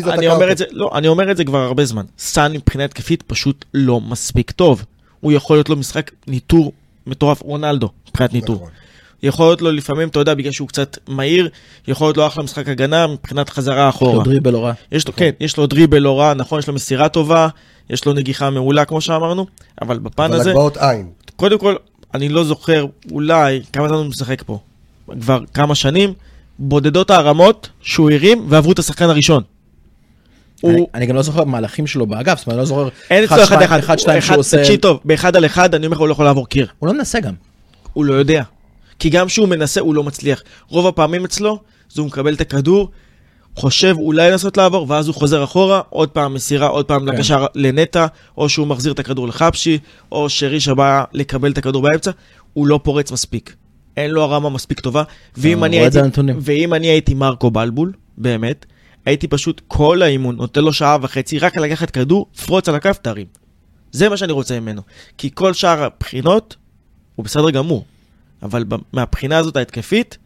אני אומר את זה כבר הרבה זמן. סן מבחינה התקפית פשוט לא מספיק טוב. הוא יכול להיות לו משחק ניטור מטורף, רונלדו, מבחינת ניטור. יכול להיות לו לפעמים, אתה יודע, בגלל שהוא קצת מהיר, יכול להיות לו אחלה משחק הגנה מבחינת חזרה אחורה. יש לו דריבל לא רע. כן, יש לו דריבל לא רע, נכון, יש לו מסירה טובה, יש לו נגיחה מעולה, כמו שאמרנו, אבל בפן הזה... אבל הגבעות עין. קודם כל, אני לא זוכר אולי כמה זמן הוא משחק פה. כבר כמה שנים, בודדות הרמות שהוא הרים ועברו את השחקן הראשון. אני גם לא זוכר מהלכים שלו באגף, זאת אומרת, אני לא זוכר אין אצלו אחד אחד, אחד שתיים שהוא עושה... תקשיב טוב, באחד על אחד אני אומר לך, הוא לא יכול לעבור קיר. הוא לא מנסה גם. הוא לא יודע. כי גם שהוא מנסה, הוא לא מצליח. רוב הפעמים אצלו, אז הוא מקבל את הכדור, חושב אולי לנסות לעבור, ואז הוא חוזר אחורה, עוד פעם מסירה, עוד פעם לקשר לנטה, או שהוא מחזיר את הכדור לחפשי, או שריש הבא לקבל את הכדור באמצע, הוא לא פורץ מספיק. אין לו הרמה מספיק טובה, ואם אני הייתי, ואם אני הייתי מרקו בלבול, באמת, הייתי פשוט כל האימון, נותן לו שעה וחצי, רק לקחת כדור, פרוץ על הכף, תרים. זה מה שאני רוצה ממנו. כי כל שאר הבחינות, הוא בסדר גמור. אבל מהבחינה הזאת ההתקפית,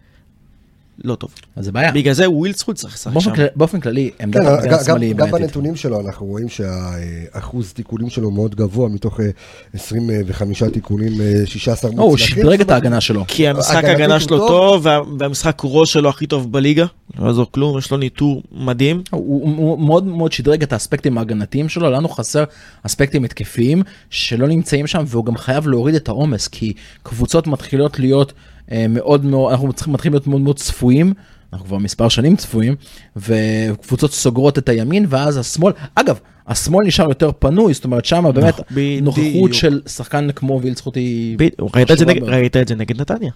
לא טוב. אז זה בעיה. בגלל זה ווילדסחוט צריך לשחק שם. באופן כללי, עמדת המגן השמאלי היא בעייתית. גם בנתונים שלו אנחנו רואים שהאחוז תיקולים שלו מאוד גבוה, מתוך עשרים וחמישה תיקולים, שישה עשר מוצלחים. הוא שדרג את ההגנה שלו. כי המשחק ההגנה שלו טוב, והמשחק ראש שלו הכי טוב בליגה. לא יעזור כלום, יש לו ניטור מדהים. הוא מאוד מאוד שדרג את האספקטים ההגנתיים שלו, לנו חסר אספקטים התקפיים שלא נמצאים שם, והוא גם חייב להוריד את העומס, כי קבוצות מתחילות להיות מאוד מאוד, אנחנו מתחילים להיות מאוד מאוד צפויים, אנחנו כבר מספר שנים צפויים, וקבוצות סוגרות את הימין, ואז השמאל, אגב, השמאל נשאר יותר פנוי, זאת אומרת, שם באמת נוכחות של שחקן כמו וילדסחוט היא... ראית את זה נגד נתניה.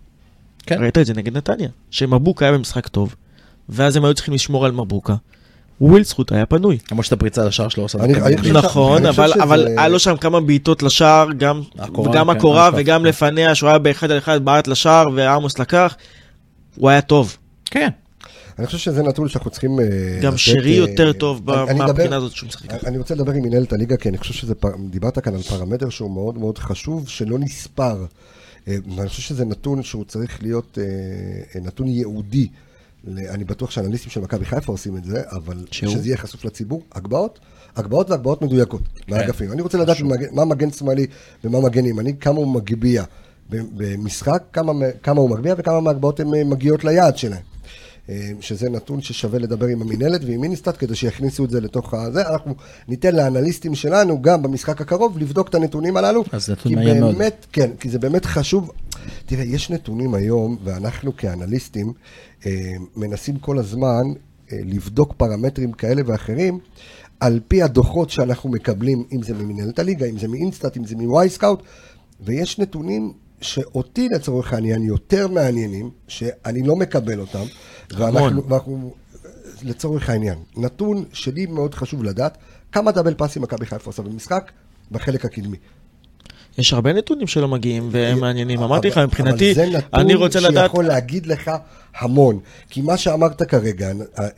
ראית את זה נגד נתניה, שמבוקה היה במשחק טוב, ואז הם היו צריכים לשמור על מבוקה. וילדסחוט היה פנוי. כמו שאתה פריצה לשער שלו עושה. נכון, אבל היה לו שם כמה בעיטות לשער, גם הקורה וגם לפניה, שהוא היה באחד על אחד בעט לשער, ועמוס לקח, הוא היה טוב. כן. אני חושב שזה נתון שאנחנו צריכים... גם שרי יותר טוב מהבחינה הזאת שהוא משחק. אני רוצה לדבר עם מנהלת הליגה, כי אני חושב שדיברת כאן על פרמטר שהוא מאוד מאוד חשוב, שלא נספר. ואני חושב שזה נתון שהוא צריך להיות נתון ייעודי. אני בטוח שאנליסטים של מכבי חיפה עושים את זה, אבל שזה יהיה חשוף לציבור, הגבעות, הגבעות והגבעות מדויקות, מהאגפים. אני רוצה לדעת מה מגן שמאלי ומה מגן ימני, כמה הוא מגביע במשחק, כמה הוא מגביע וכמה מהגבעות הן מגיעות ליעד שלהם. שזה נתון ששווה לדבר עם המנהלת ועם מיניסטאט, כדי שיכניסו את זה לתוך הזה. אנחנו ניתן לאנליסטים שלנו, גם במשחק הקרוב, לבדוק את הנתונים הללו. אז זה נתון מעניין מאוד. כן, כי זה באמת חשוב. תראה, יש נתונים היום, ואנחנו כאנליסטים מנסים כל הזמן לבדוק פרמטרים כאלה ואחרים, על פי הדוחות שאנחנו מקבלים, אם זה ממנהלת הליגה, אם זה מאינסטאט, אם זה מוואי סקאוט, ויש נתונים שאותי לצורך העניין יותר מעניינים, שאני לא מקבל אותם, ואנחנו, ואנחנו לצורך העניין, נתון שלי מאוד חשוב לדעת, כמה דאבל פאסים מכבי חיפה עושה במשחק, בחלק הקדמי. יש הרבה נתונים שלא מגיעים והם מעניינים. אמרתי לך, מבחינתי, אני רוצה לדעת... אבל זה נתון שיכול להגיד לך המון. כי מה שאמרת כרגע,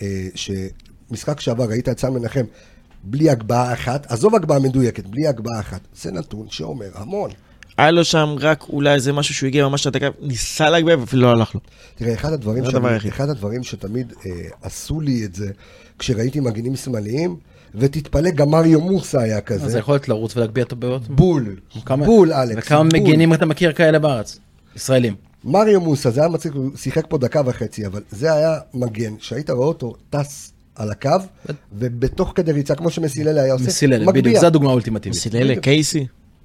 שמשחק שעבר ראית את סן מנחם בלי הגבהה אחת, עזוב הגבהה מדויקת, בלי הגבהה אחת, זה נתון שאומר המון. היה לו שם רק אולי איזה משהו שהוא הגיע ממש לדקה, ניסה להגביה ואפילו לא הלך לו. תראה, אחד הדברים, שאני, אחד הדברים שתמיד אה, עשו לי את זה, כשראיתי מגינים שמאליים, ותתפלא, גם מריו מוסה היה כזה. אז יכול להיות לרוץ ולהגביה את הבעיות? בול, בול, אלכס. וכמה מגינים אתה מכיר כאלה בארץ? ישראלים. מריו מוסה, זה היה מצחיק, הוא שיחק פה דקה וחצי, אבל זה היה מגן, שהיית רואה אותו, טס על הקו, ובתוך כדי ריצה, כמו שמסיללה היה עושה, מסיללה, בדיוק, זה הדוגמה האולטימטיבית. מסיללה, קייסי.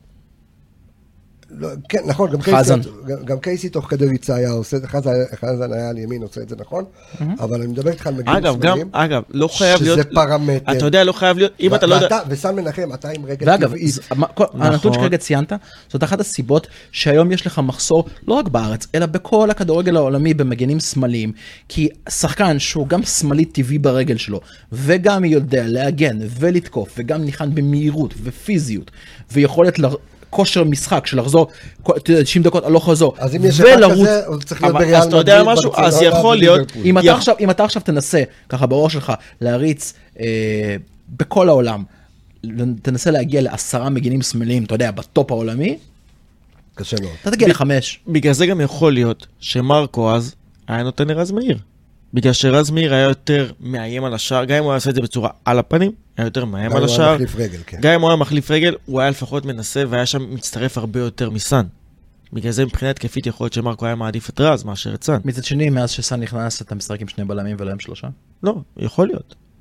כן, נכון, גם קייסי, גם קייסי תוך כדי ריצה היה עושה, חזן היה על ימין עושה את זה נכון, אבל אני מדבר איתך על מגיעים שמאליים, אגב, לא חייב להיות, שזה פרמטר, אתה יודע, לא חייב להיות, אם אתה לא יודע, וסן מנחם, אתה עם רגל טבעית. ואגב, הנתון שכרגע ציינת, זאת אחת הסיבות שהיום יש לך מחסור, לא רק בארץ, אלא בכל הכדורגל העולמי במגנים שמאליים, כי שחקן שהוא גם שמאלי טבעי ברגל שלו, וגם יודע להגן ולתקוף, וגם ניחן במהירות ופיזיות, ויכולת כושר משחק של לחזור תשעים דקות על לא חזור. אז אם יש אחד כזה, הוא צריך להיות בריאל. אז אתה יודע משהו, אז יכול להיות. אם אתה עכשיו תנסה, ככה בראש שלך, להריץ בכל העולם, תנסה להגיע לעשרה מגינים שמאליים, אתה יודע, בטופ העולמי, קשה מאוד. אתה תגיע לחמש. בגלל זה גם יכול להיות שמרקו אז היה נותן לרז מאיר. בגלל שרז מאיר היה יותר מאיים על השער, גם אם הוא עשה את זה בצורה על הפנים, היה יותר מאיים על השער. גם אם הוא היה מחליף רגל, הוא היה לפחות מנסה, והיה שם מצטרף הרבה יותר מסן. בגלל זה מבחינה התקפית יכול להיות שמרקו היה מעדיף את רז מאשר את סן. מצד שני, מאז שסן נכנס, אתה משחק עם שני בלמים ולא עם שלושה? לא, יכול להיות.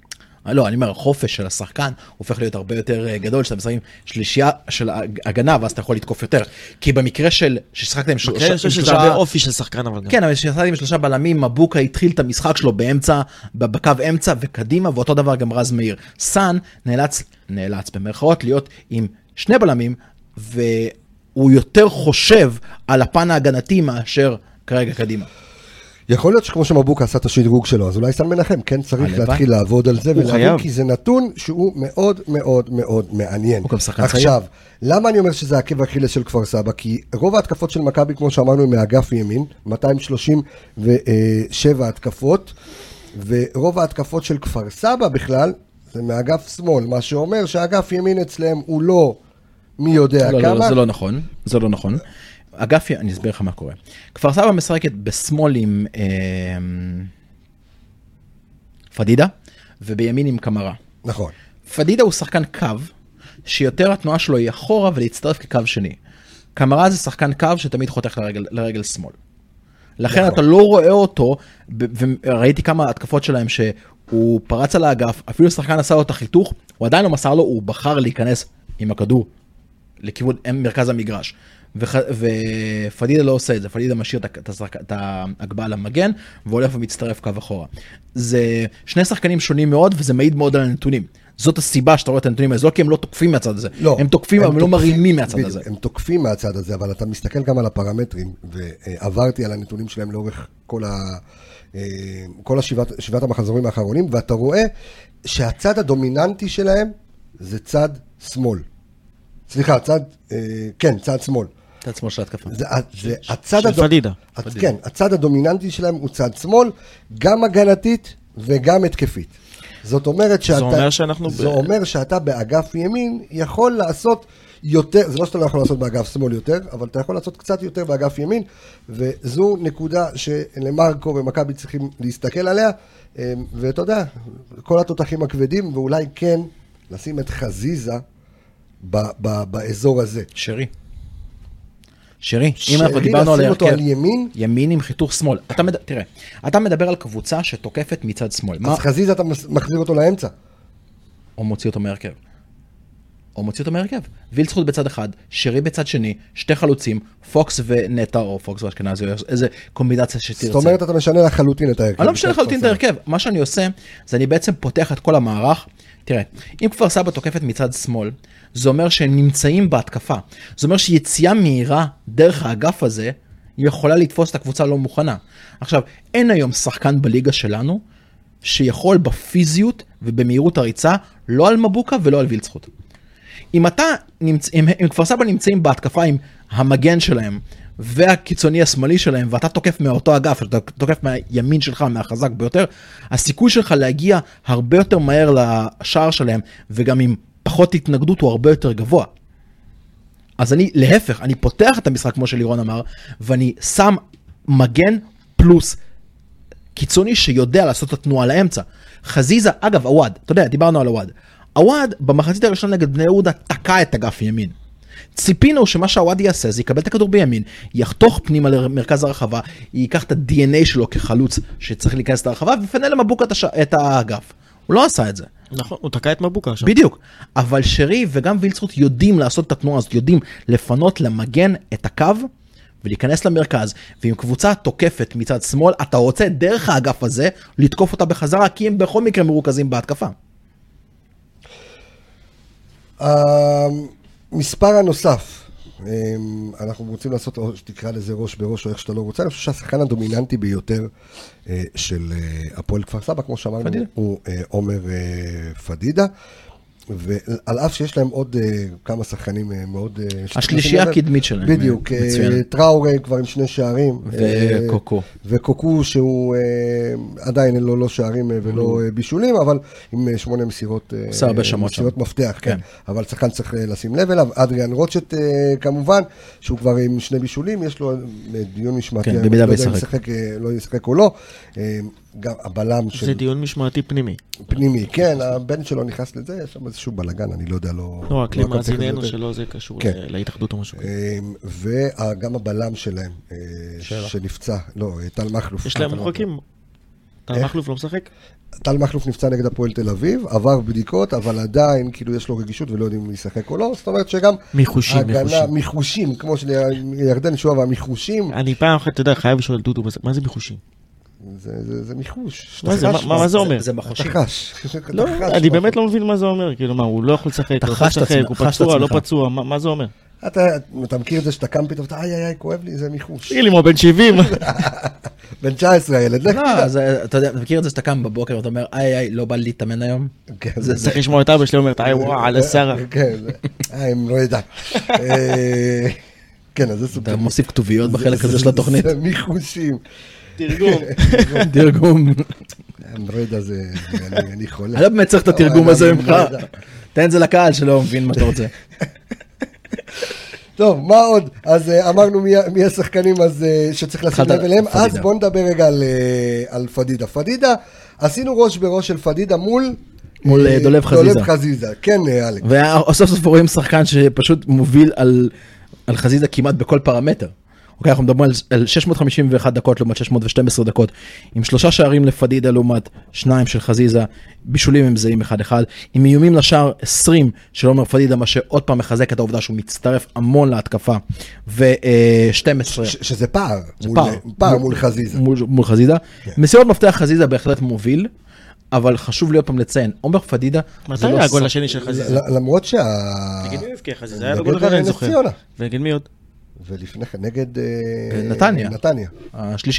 לא, אני אומר, החופש של השחקן הופך להיות הרבה יותר גדול, שאתה משחקים שלישייה של הגנה, ואז אתה יכול לתקוף יותר. כי במקרה של, ששחקתם עם שלושה... אני חושב שזה הרבה אופי של שחקן, אבל גם. כן, אבל ששחקתם עם שלושה בלמים, מבוקה התחיל את המשחק שלו באמצע, בקו אמצע וקדימה, ואותו דבר גם רז מאיר. סאן נאלץ, נאלץ במרכאות, להיות עם שני בלמים, והוא יותר חושב על הפן ההגנתי מאשר כרגע קדימה. יכול להיות שכמו שמבוקה עשה את השדרוג שלו, אז אולי סן מנחם כן צריך להתחיל לעבוד על זה, ולהבין, כי זה נתון שהוא מאוד מאוד מאוד מעניין. עכשיו, למה אני אומר שזה עקב אכילס של כפר סבא? כי רוב ההתקפות של מכבי, כמו שאמרנו, הם מאגף ימין, מאתיים שלושים ושבע התקפות, ורוב ההתקפות של כפר סבא בכלל, זה מאגף שמאל, מה שאומר שהאגף ימין אצלם הוא לא מי יודע לא, כמה. לא, זה לא נכון, זה לא נכון. אגף, אני אסביר לך מה קורה. כפר סבא משחקת בשמאל עם אה, פדידה, ובימין עם קמרה. נכון. פדידה הוא שחקן קו, שיותר התנועה שלו היא אחורה ולהצטרף כקו שני. קמרה זה שחקן קו שתמיד חותך לרגל, לרגל שמאל. לכן נכון. אתה לא רואה אותו, וראיתי כמה התקפות שלהם שהוא פרץ על האגף, אפילו שחקן עשה לו את החיתוך, הוא עדיין לא מסר לו, הוא בחר להיכנס עם הכדור לכיוון מרכז המגרש. ופדידה לא עושה את זה, פדידה משאיר את ההגבהה למגן, והולך ומצטרף קו אחורה. זה שני שחקנים שונים מאוד, וזה מעיד מאוד על הנתונים. זאת הסיבה שאתה רואה את הנתונים האלה, כי הם לא תוקפים מהצד הזה. לא, הם תוקפים, אבל הם לא מרימים מהצד הזה. הם תוקפים מהצד הזה, אבל אתה מסתכל גם על הפרמטרים, ועברתי על הנתונים שלהם לאורך כל ה... כל השבעת המחזורים האחרונים, ואתה רואה שהצד הדומיננטי שלהם זה צד שמאל. סליחה, צד, כן, צד שמאל. צד שמאל של התקפה. זה הצד של פדידה. כן, הצד הדומיננטי שלהם הוא צד שמאל, גם הגנתית וגם התקפית. זאת אומרת שאתה... זה אומר שאנחנו... זה אומר שאתה באגף ימין יכול לעשות יותר, זה לא שאתה לא יכול לעשות באגף שמאל יותר, אבל אתה יכול לעשות קצת יותר באגף ימין, וזו נקודה שלמרקו ומכבי צריכים להסתכל עליה, ואתה יודע, כל התותחים הכבדים, ואולי כן לשים את חזיזה ב- ב- באזור הזה. שרי. שרי, אם אנחנו דיברנו על הרכב, על ימין, ימין עם חיתוך שמאל. אתה מד... תראה, אתה מדבר על קבוצה שתוקפת מצד שמאל. אז מה... חזיזה אתה מחזיר אותו לאמצע. או מוציא אותו מהרכב. או מוציא אותו מהרכב. וילצחוט בצד אחד, שרי בצד שני, שתי חלוצים, פוקס ונטע, או פוקס ואשכנזי, איזה קומבינציה שתרצה. זאת אומרת, אתה משנה לחלוטין את ההרכב. אני לא משנה לחלוטין את ההרכב. מה שאני עושה, זה אני בעצם פותח את כל המערך. תראה, אם כפר סבא תוקפת מצד שמאל, זה אומר שהם נמצאים בהתקפה. זה אומר שיציאה מהירה דרך האגף הזה, היא יכולה לתפוס את הקבוצה לא מוכנה. עכשיו, אין היום שחקן בליגה שלנו, שיכול בפיזיות ובמהירות הריצה, לא על מבוקה ולא על וילצחוט. אם אתה, נמצ... אם, אם כפר סבא נמצאים בהתקפה עם המגן שלהם, והקיצוני השמאלי שלהם, ואתה תוקף מאותו אגף, אתה תוקף מהימין שלך, מהחזק ביותר, הסיכוי שלך להגיע הרבה יותר מהר לשער שלהם, וגם עם פחות התנגדות הוא הרבה יותר גבוה. אז אני, להפך, אני פותח את המשחק, כמו שלירון אמר, ואני שם מגן פלוס קיצוני שיודע לעשות את התנועה לאמצע. חזיזה, אגב, עווד, אתה יודע, דיברנו על עווד. עווד, במחצית הראשונה נגד בני יהודה, תקע את אגף ימין. ציפינו שמה שהוואד יעשה, זה יקבל את הכדור בימין, יחתוך פנימה למרכז הרחבה, ייקח את ה-די אן איי שלו כחלוץ שצריך להיכנס לרחבה, ויפנה למבוקה את האגף. הוא לא עשה את זה. נכון, הוא תקע את מבוקה עכשיו. בדיוק. אבל שרי וגם וילצחוט יודעים לעשות את התנועה הזאת, יודעים לפנות למגן את הקו, ולהיכנס למרכז, ואם קבוצה תוקפת מצד שמאל, אתה רוצה דרך האגף הזה, לתקוף אותה בחזרה, כי הם בכל מקרה מרוכזים בהתקפה. מספר הנוסף, אנחנו רוצים לעשות, שתקרא לזה ראש בראש או איך שאתה לא רוצה, אני חושב שהשחקן הדומיננטי ביותר של הפועל כפר סבא, כמו שאמרנו, הוא עומר פדידה, ועל אף שיש להם עוד כמה שחקנים מאוד... השלישייה הקדמית שלהם. בדיוק, טראורי כבר עם שני שערים. וקוקו. וקוקו שהוא עדיין לא לא שערים ולא בישולים, אבל עם שמונה מסירות מפתח. אבל שחקן צריך לשים לב אליו. אדריאן רוטשט כמובן, שהוא כבר עם שני בישולים, יש לו דיון משמעתי. כן, במידה וישחק. לא ישחק או לא. גם הבלם של... זה דיון משמעתי פנימי. פנימי, כן, הבן שלו נכנס לזה, יש שם איזשהו בלגן, אני לא יודע, לא... לא, רק למאזיננו שלו זה קשור להתאחדות או משהו. וגם הבלם שלהם, שנפצע, לא, טל מחלוף. יש להם מוחקים. טל מחלוף לא משחק? טל מחלוף נפצע נגד הפועל תל אביב, עבר בדיקות, אבל עדיין כאילו יש לו רגישות ולא יודעים אם ישחק או לא, זאת אומרת שגם מיחושים, הגנה, מיחושים. מיחושים, כמו שירדן שועה והמיחושים. אני פעם אחת, אתה יודע, חייב לשאול דודו, מה זה מיחושים? זה, זה, זה מיחוש. מה זה, מה, מה זה אומר? זה מחושים. אתה חש. לא, אני באמת לא מבין מה זה אומר, כאילו מה, הוא לא יכול לשחק, הוא יכול לשחק, הוא פצוע, לא פצוע, מה זה אומר? אתה, אתה מכיר את זה שאתה קם פתאום, איי איי איי, כואב לי, זה מיחוש. תגיד לי, מה, בן שבעים? בן תשע עשרה הילד, לך. לא, אתה יודע, אתה מכיר את זה שאתה קם בבוקר ואתה אומר, איי איי, לא בא לי להתאמן היום? צריך לשמוע את אבא שלי אומר, איי וואו, על השרה. כן, איי, לא יודע. כן, אז זה סוג. אתה מוסיף כתוביות בחלק הזה של התוכנית. זה מיחושים. תרגום. תרגום. לא יודע, זה, אני חולה. אני לא באמת צריך את התרגום הזה ממך. תן את זה לקהל שלא מבין מה אתה רוצה. טוב, מה עוד? אז אמרנו מי השחקנים שצריך לשים לב אליהם, אז בואו נדבר רגע על פדידה. פדידה, עשינו ראש בראש של פדידה מול... מול דולב חזיזה. דולב חזיזה, כן, אלק. וסוף סוף רואים שחקן שפשוט מוביל על חזיזה כמעט בכל פרמטר. אוקיי, אנחנו מדברים על שש מאות חמישים ואחת דקות לעומת שש מאות ושתים עשרה דקות, עם שלושה שערים לפדידה לעומת שניים של חזיזה, בישולים הם זהים אחד אחד, עם איומים לשער עשרים של עומר פדידה, מה שעוד פעם מחזק את העובדה שהוא מצטרף המון להתקפה, ו-שתים עשרה. שזה פער, פער מול חזיזה. מול חזיזה. מסירות מפתח חזיזה בהחלט מוביל, אבל חשוב להיות פעם לציין, עומר פדידה... מתי היה הגול השני של חזיזה? למרות שה... נגד מי הבקיע חזיזה? היה לו גול אחד, אני זוכר. ונגד מי עוד? ולפני כן, נגד... נתניה. נתניה. השלישי.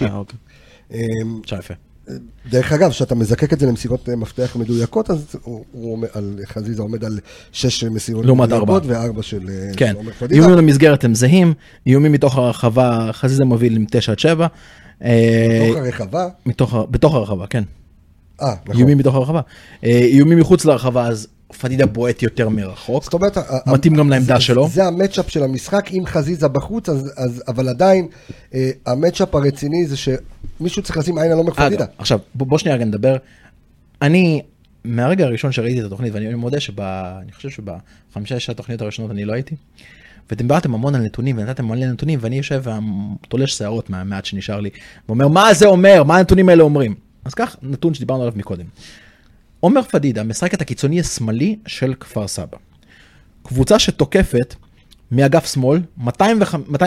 שעה יפה. דרך אגב, שאתה מזקק את זה למסירות מפתח מדויקות, אז הוא על חזיזה עומד על שש מסירות מדויקות, וארבע של עומר פדידה. איומים למסגרת הם זהים, איומים מתוך הרחבה, חזיזה מוביל עם תשע עד שבע. מתוך הרחבה? בתוך הרחבה, כן. אה, נכון. איומים מתוך הרחבה. איומים מחוץ לרחבה, אז... פדידה בועט יותר מרחוק, זאת אומרת, מתאים גם לעמדה שלו. זה המאצ'אפ של המשחק, עם חזיזה בחוץ, אז, אז, אבל עדיין, אה, המאצ'אפ הרציני זה שמישהו צריך לשים עין על עומר פדידה. עכשיו, בוא, בוא שנייה רגע נדבר. אני, מהרגע הראשון שראיתי את התוכנית, ואני מודה שבה, אני חושב שבחמישה שש התוכניות הראשונות אני לא הייתי, ודיברתם המון על נתונים, ונתתם מלא נתונים, ואני יושב ותולש שערות מהמעט שנשאר לי, ואומר, מה זה אומר? מה הנתונים האלה אומרים? אז כך, נתון שדיברנו עליו מקודם. עומר פדידה משחק את הקיצוני השמאלי של כפר סבא. קבוצה שתוקפת מאגף שמאל, מאתיים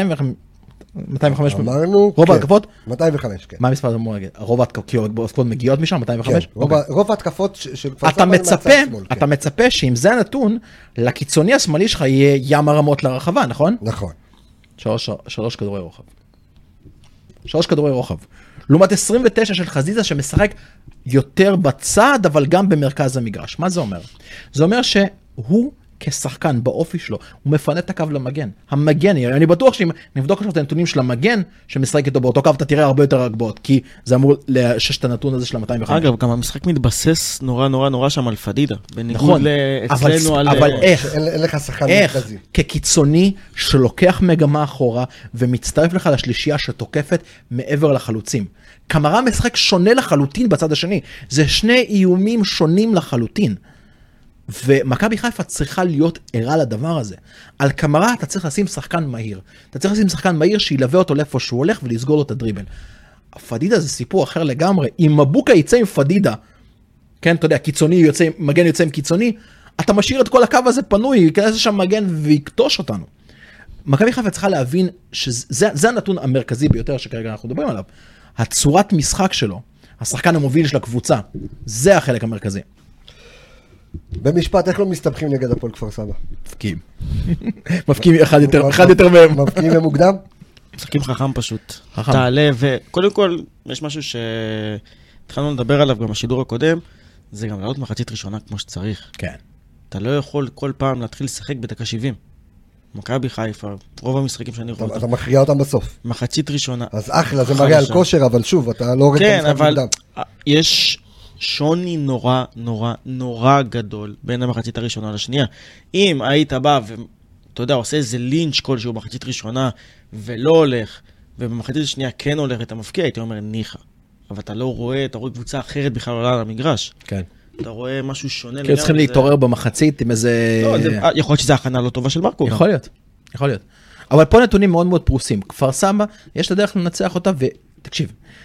וחמש אמרנו, רוב ההתקפות? מאתיים וחמש, כן. מה המספר אמור להגיד? רוב ההתקפות מגיעות משם, מאתיים וחמש? רוב ההתקפות של כפר סבא מהצד שמאל. אתה מצפה שאם זה הנתון, לקיצוני השמאלי שלך יהיה ים הרמות לרחבה, נכון? נכון. שלוש כדורי רוחב. שלוש כדורי רוחב. לעומת עשרים ותשע של חזיזה שמשחק יותר בצד, אבל גם במרכז המגרש. מה זה אומר? זה אומר שהוא כשחקן באופי שלו, הוא מפנה את הקו למגן. המגן, אני בטוח שאם נבדוק עכשיו את הנתונים של המגן, שמשחק איתו באותו קו, אתה תראה הרבה יותר הגבוהות, כי זה אמור לשש את הנתון הזה של מאתיים וחמש. אגב, גם המשחק מתבסס נורא נורא נורא שם על פדידה. בניגוד אצלנו על... אבל איך? אין לך שחקן מרכזי. איך? כקיצוני שלוקח מגמה אחורה, ומצטרף לך לשלישייה שתוקפת מעבר לחלוצים. קמרה משחק שונה לחלוטין בצד השני. זה שני איומים שונים לחלוטין. ומכבי חיפה צריכה להיות ערה לדבר הזה. על קמרה אתה צריך לשים שחקן מהיר. אתה צריך לשים שחקן מהיר שילווה אותו לאיפה שהוא הולך ולסגור לו את הדריבל. פדידה זה סיפור אחר לגמרי. אם מבוקה יצא עם פדידה, כן, אתה יודע, קיצוני יוצא, מגן יוצא עם קיצוני, אתה משאיר את כל הקו הזה פנוי, ייכנס לשם מגן ויקטוש אותנו. מכבי חיפה צריכה להבין שזה זה הנתון המרכזי ביותר שכרגע אנחנו מדברים עליו. הצורת משחק שלו, השחקן המוביל של הקבוצה, זה החלק המרכזי. במשפט, איך לא מסתבכים נגד הפועל כפר סבא? מפקיעים. מפקיעים אחד יותר, אחד יותר מהם. מפקיעים במוקדם? משחקים חכם פשוט. חכם. תעלה, וקודם כל, יש משהו שהתחלנו לדבר עליו גם בשידור הקודם, זה גם לעלות מחצית ראשונה כמו שצריך. כן. אתה לא יכול כל פעם להתחיל לשחק בדקה שבעים. מכבי חיפה, רוב המשחקים שאני רואה. אתה מכריע אותם בסוף. מחצית ראשונה. אז אחלה, זה מראה על כושר, אבל שוב, אתה לא רואה את המשחק מוקדם. יש שוני נורא, נורא, נורא גדול בין המחצית הראשונה לשנייה. אם היית בא ואתה יודע, עושה איזה לינץ' כלשהו במחצית ראשונה ולא הולך, ובמחצית השנייה כן הולך את המפקיע, הייתי אומר ניחה. אבל אתה לא רואה, אתה רואה קבוצה אחרת בכלל עולה על המגרש. כן. אתה רואה משהו שונה לגמרי. כאילו צריכים להתעורר במחצית עם איזה... לא, יכול להיות שזו הכנה לא טובה של מרקו. יכול להיות, יכול להיות. אבל פה נתונים מאוד מאוד פרוסים. כפר סבא, יש לדרך לנצח אותה, ותקשיב,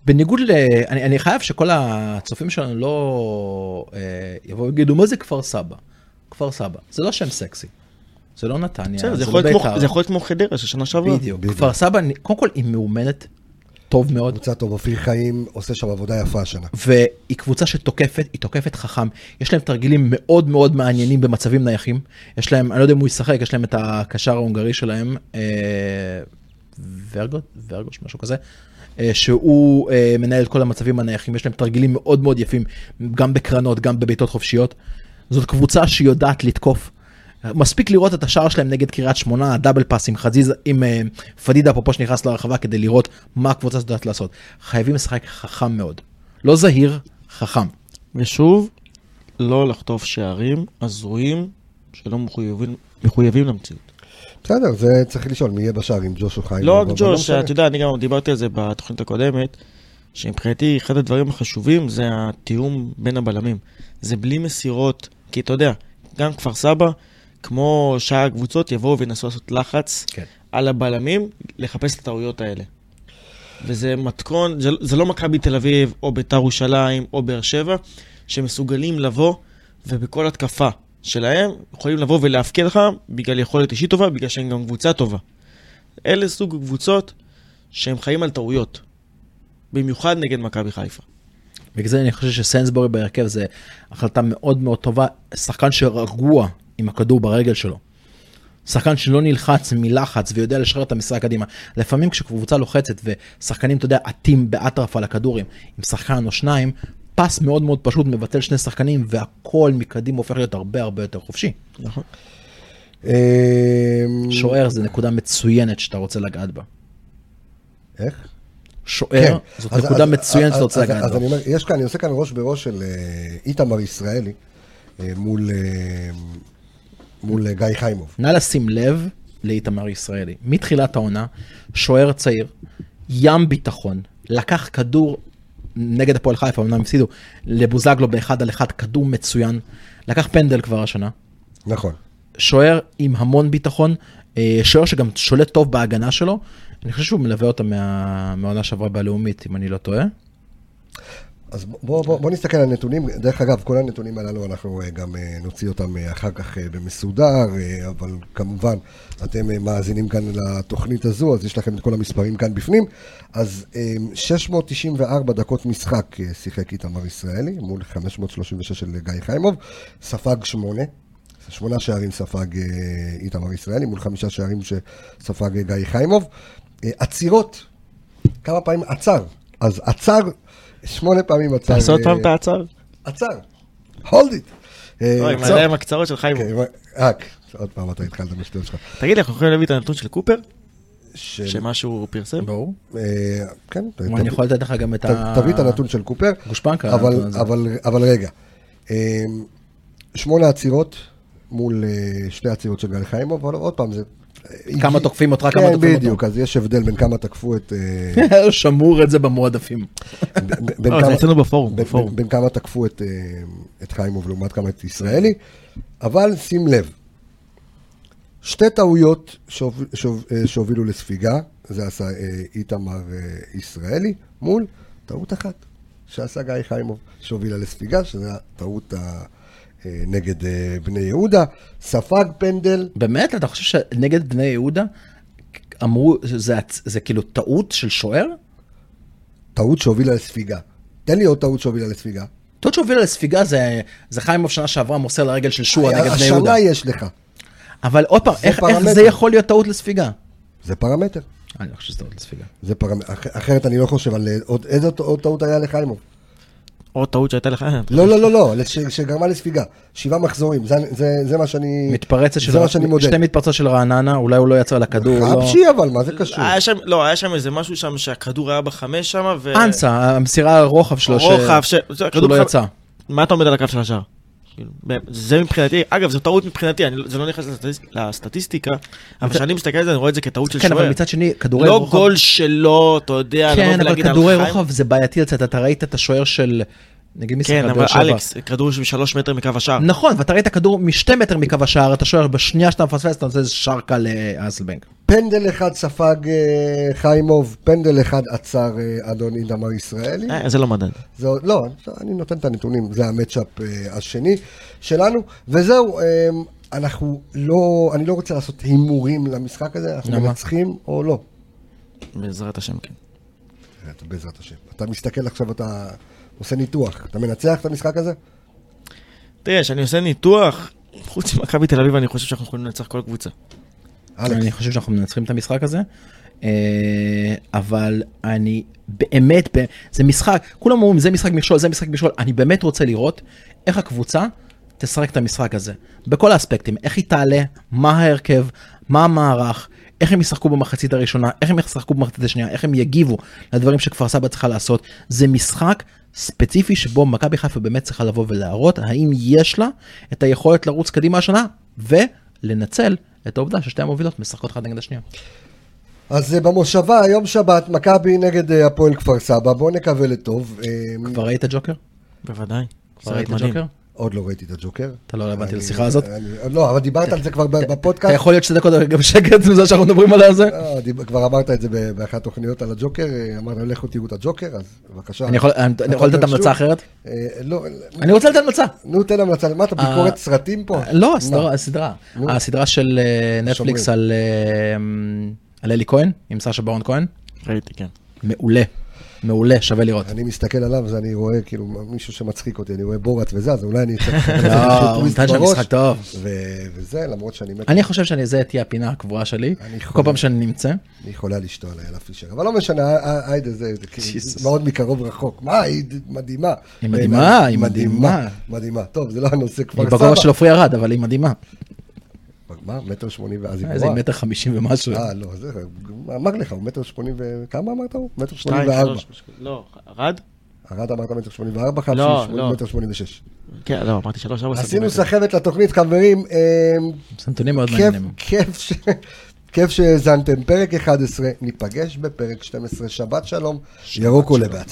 בניגוד ל... אני, אני חייב שכל הצופים שלנו לא אה, יבואו ויגידו, מה זה כפר סבא? כפר סבא. זה לא שם סקסי. זה לא נתניה, זה, זה, זה, לא כמו, זה יכול להיות כמו חדרה, ששנה שעברה. בדיוק. בדיוק. כפר סבא, קודם כל היא מאומנת טוב מאוד. קבוצה טוב, אופיר חיים עושה שם עבודה יפה השנה. והיא קבוצה שתוקפת, היא תוקפת חכם. יש להם תרגילים מאוד מאוד מעניינים במצבים נייחים. יש להם, אני לא יודע אם הוא ישחק, יש להם את הקשר ההונגרי שלהם, אה, ורגוש, ורגוש, משהו כזה. שהוא מנהל את כל המצבים הנייחים, יש להם תרגילים מאוד מאוד יפים, גם בקרנות, גם בביתות חופשיות. זאת קבוצה שיודעת לתקוף. מספיק לראות את השער שלהם נגד קריית שמונה, הדאבל פאס עם חזיז, עם פדידה פה שנכנס לרחבה כדי לראות מה הקבוצה יודעת לעשות. חייבים לשחק חכם מאוד. לא זהיר, חכם. ושוב, לא לחטוף שערים הזויים שלא מחויבים, מחויבים למציאות. בסדר, זה צריך לשאול, מי יהיה בשער עם ג'וש או חיים? לא רק ג'וש, אתה יודע, אני גם דיברתי על זה בתוכנית הקודמת, שמבחינתי אחד הדברים החשובים זה התיאום בין הבלמים. זה בלי מסירות, כי אתה יודע, גם כפר סבא, כמו שאר הקבוצות, יבואו וינסו לעשות לחץ כן. על הבלמים, לחפש את הטעויות האלה. וזה מתכון, זה, זה לא מכבי תל אביב, או בית"ר ירושלים, או באר שבע, שמסוגלים לבוא, ובכל התקפה שלהם, יכולים לבוא ולהפקיד לך, בגלל יכולת אישית טובה, בגלל שהם גם קבוצה טובה. אלה סוג קבוצות, שהם חיים על טעויות. במיוחד נגד מכבי חיפה. בגלל זה אני חושב שסנסבורי בהרכב זה החלטה מאוד מאוד טובה, שחקן שרגוע עם הכדור ברגל שלו. שחקן שלא נלחץ מלחץ ויודע לשחרר את המשחק קדימה. לפעמים כשקבוצה לוחצת ושחקנים, אתה יודע, עטים באטרף על הכדורים, עם שחקן או שניים, פס מאוד מאוד פשוט מבטל שני שחקנים, והכל מקדימה הופך להיות הרבה הרבה יותר חופשי. נכון. שוער זה נקודה מצוינת שאתה רוצה לגעת בה. איך? שוער, זאת נקודה מצוינת שאתה רוצה לגעת בה. אז אני אומר, יש כאן, אני עושה כאן ראש בראש של איתמר ישראלי, מול... מול גיא חיימוב. נא לשים לב לאיתמר ישראלי. מתחילת העונה, שוער צעיר, ים ביטחון, לקח כדור נגד הפועל חיפה, אמנם הפסידו, לבוזגלו באחד על אחד, כדור מצוין, לקח פנדל כבר השנה. נכון. שוער עם המון ביטחון, שוער שגם שולט טוב בהגנה שלו, אני חושב שהוא מלווה אותה מה... מהעונה שעברה בלאומית, אם אני לא טועה. אז בוא, בוא, בוא נסתכל על הנתונים. דרך אגב, כל הנתונים הללו אנחנו גם נוציא אותם אחר כך במסודר, אבל כמובן אתם מאזינים כאן לתוכנית הזו, אז יש לכם את כל המספרים כאן בפנים. אז שש מאות תשעים וארבע דקות משחק שיחק איתמר ישראלי, מול חמש מאות שלושים ושש של גיא חיימוב, ספג שמונה, שמונה שערים ספג איתמר ישראלי, מול חמישה שערים שספג גיא חיימוב. עצירות, כמה פעמים עצר, אז עצר, שמונה פעמים עצר. תעשה עוד פעם את העצר. עצר. hold it. אוי, מלא עם הקצרות של חיימוב. רק, עוד פעם אתה התחלת בשטויות שלך. תגיד לי, אנחנו יכולים להביא את הנתון של קופר? שמשהו פרסם? ברור. כן. אני יכול לתת לך גם את ה... תביא את הנתון של קופר. גושפנקה. אבל רגע. שמונה עצירות מול שתי עצירות של גיא חיימוב, אבל עוד פעם זה... כמה תוקפים אותך, כמה תוקפים אותו. בדיוק, אז יש הבדל בין כמה תקפו את... שמור את זה במועדפים. זה אצלנו בפורום. בין כמה תקפו את חיימוב לעומת כמה את ישראלי, אבל שים לב, שתי טעויות שהובילו לספיגה, זה עשה איתמר ישראלי, מול טעות אחת שעשה גיא חיימוב, שהובילה לספיגה, שזה הטעות ה... נגד בני יהודה, ספג פנדל. באמת? אתה חושב שנגד בני יהודה אמרו, זה, זה כאילו טעות של שוער? טעות שהובילה לספיגה. תן לי עוד טעות שהובילה לספיגה. טעות שהובילה לספיגה זה, זה חיימוב שנה שעברה מוסר לרגל של שועה נגד בני יהודה. השנה יש לך. אבל עוד פעם, איך, איך זה יכול להיות טעות לספיגה? זה פרמטר. אני לא חושב שזה טעות לספיגה. זה פרמטר. אחרת אני לא חושב על עוד, איזה עוד טעות היה לחיימוב. או טעות שהייתה לך. לא, לא, לא, לא, שגרמה לספיגה. שבעה מחזורים, זה מה שאני... מתפרצת של... שתי מתפרצות של רעננה, אולי הוא לא יצר לכדור. חפשי אבל, מה זה קשור? לא, היה שם איזה משהו שם שהכדור היה בחמש שם ו... אנסה, המסירה הרוחב שלו שהוא לא יצא. מה אתה עומד על הקו של השער? זה מבחינתי, אגב, זו טעות מבחינתי, זה לא נכנס לסטטיסטיקה, אבל כשאני מסתכל על זה, אני רואה את זה כטעות של שוער. כן, אבל מצד שני, כדורי רוחב... לא גול שלו, אתה יודע, כן, אבל כדורי רוחב זה בעייתי לצאת, אתה ראית את השוער של... כן, אבל אלכס, כדור משלוש מטר מקו השער. נכון, ואתה ראית כדור משתי מטר מקו השער, אתה שוער בשנייה שאתה מפספס, אתה נותן איזה שער קל לאסלבנק. פנדל אחד ספג חיימוב, פנדל אחד עצר אדון איתמר ישראלי. זה לא מדד. לא, אני נותן את הנתונים, זה המצ'אפ השני שלנו, וזהו, אנחנו לא, אני לא רוצה לעשות הימורים למשחק הזה, אנחנו מנצחים או לא. בעזרת השם, כן. בעזרת השם. אתה מסתכל עכשיו, אתה עושה ניתוח, אתה מנצח את המשחק הזה? תראה, שאני עושה ניתוח, חוץ ממכבי תל אביב, אני חושב שאנחנו יכולים לנצח כל קבוצה. אני חושב שאנחנו מנצחים את המשחק הזה, אבל אני באמת, זה משחק, כולם אומרים, זה משחק משול, זה משחק משול, אני באמת רוצה לראות איך הקבוצה תשחק את המשחק הזה, בכל האספקטים, איך היא תעלה, מה ההרכב, מה המערך, איך הם ישחקו במחצית הראשונה, איך הם ישחקו במחצית השנייה, איך הם יגיבו לדברים שכפר סבא צריכה לעשות. זה משחק ספציפי שבו מכבי חיפה באמת צריכה לבוא ולהראות האם יש לה את היכולת לרוץ קדימה השנה, ולנצל את העובדה ששתי המובילות משחקות אחד נגד השנייה. אז במושבה, היום שבת, מכבי נגד הפועל כפר סבא, בואו נקווה לטוב. כבר ראית ג'וקר? בוודאי. כבר ראית ג'וקר? עוד לא ראיתי את הג'וקר. אתה לא הבנתי לשיחה הזאת? לא, אבל דיברת על זה כבר בפודקאסט. אתה יכול להיות שתי דקות גם שקט מזה שאנחנו מדברים על זה? כבר אמרת את זה באחת התוכניות על הג'וקר, אמרת, לכו תראו את הג'וקר, אז בבקשה. אני יכול לתת המלצה אחרת? לא. אני רוצה לתת המלצה. נו, תן המלצה. מה, אתה ביקורת סרטים פה? לא, הסדרה. הסדרה של נטפליקס על אלי כהן, עם סשה ברון כהן. ראיתי, כן. מעולה. מעולה, שווה לראות. אני מסתכל עליו, אז אני רואה כאילו מישהו שמצחיק אותי, אני רואה בורת וזה, אז אולי אני אצטרך... לא, הוא נתן שם משחק טוב. וזה, למרות שאני... אני חושב שאני, זה תהיה הפינה הקבועה שלי, כל פעם שאני נמצא. אני יכולה לשתוע עליי על הפישר, אבל לא משנה, היידה זה מאוד מקרוב רחוק. מה, היא מדהימה. היא מדהימה, היא מדהימה. מדהימה, טוב, זה לא הנושא כבר סבא. היא בגובה של אופרי ירד, אבל היא מדהימה. מה? מטר שמונים ואז היא גבוהה? זה מטר חמישים ומשהו. אה, לא, זה, אמר לך, הוא מטר שמונים ו... כמה אמרת הוא? מטר שמונים וארבע. לא, ארד? ארד אמרת מטר שמונים וארבע, חד מטר שמונים ושש. כן, לא, אמרתי שלוש, ארבע. עשינו סחבת לתוכנית, חברים. סנטונים מאוד מעניינים. כיף שהזנתם, פרק אחד עשרה, ניפגש בפרק שתים עשרה, שבת שלום, ירוק ולבט.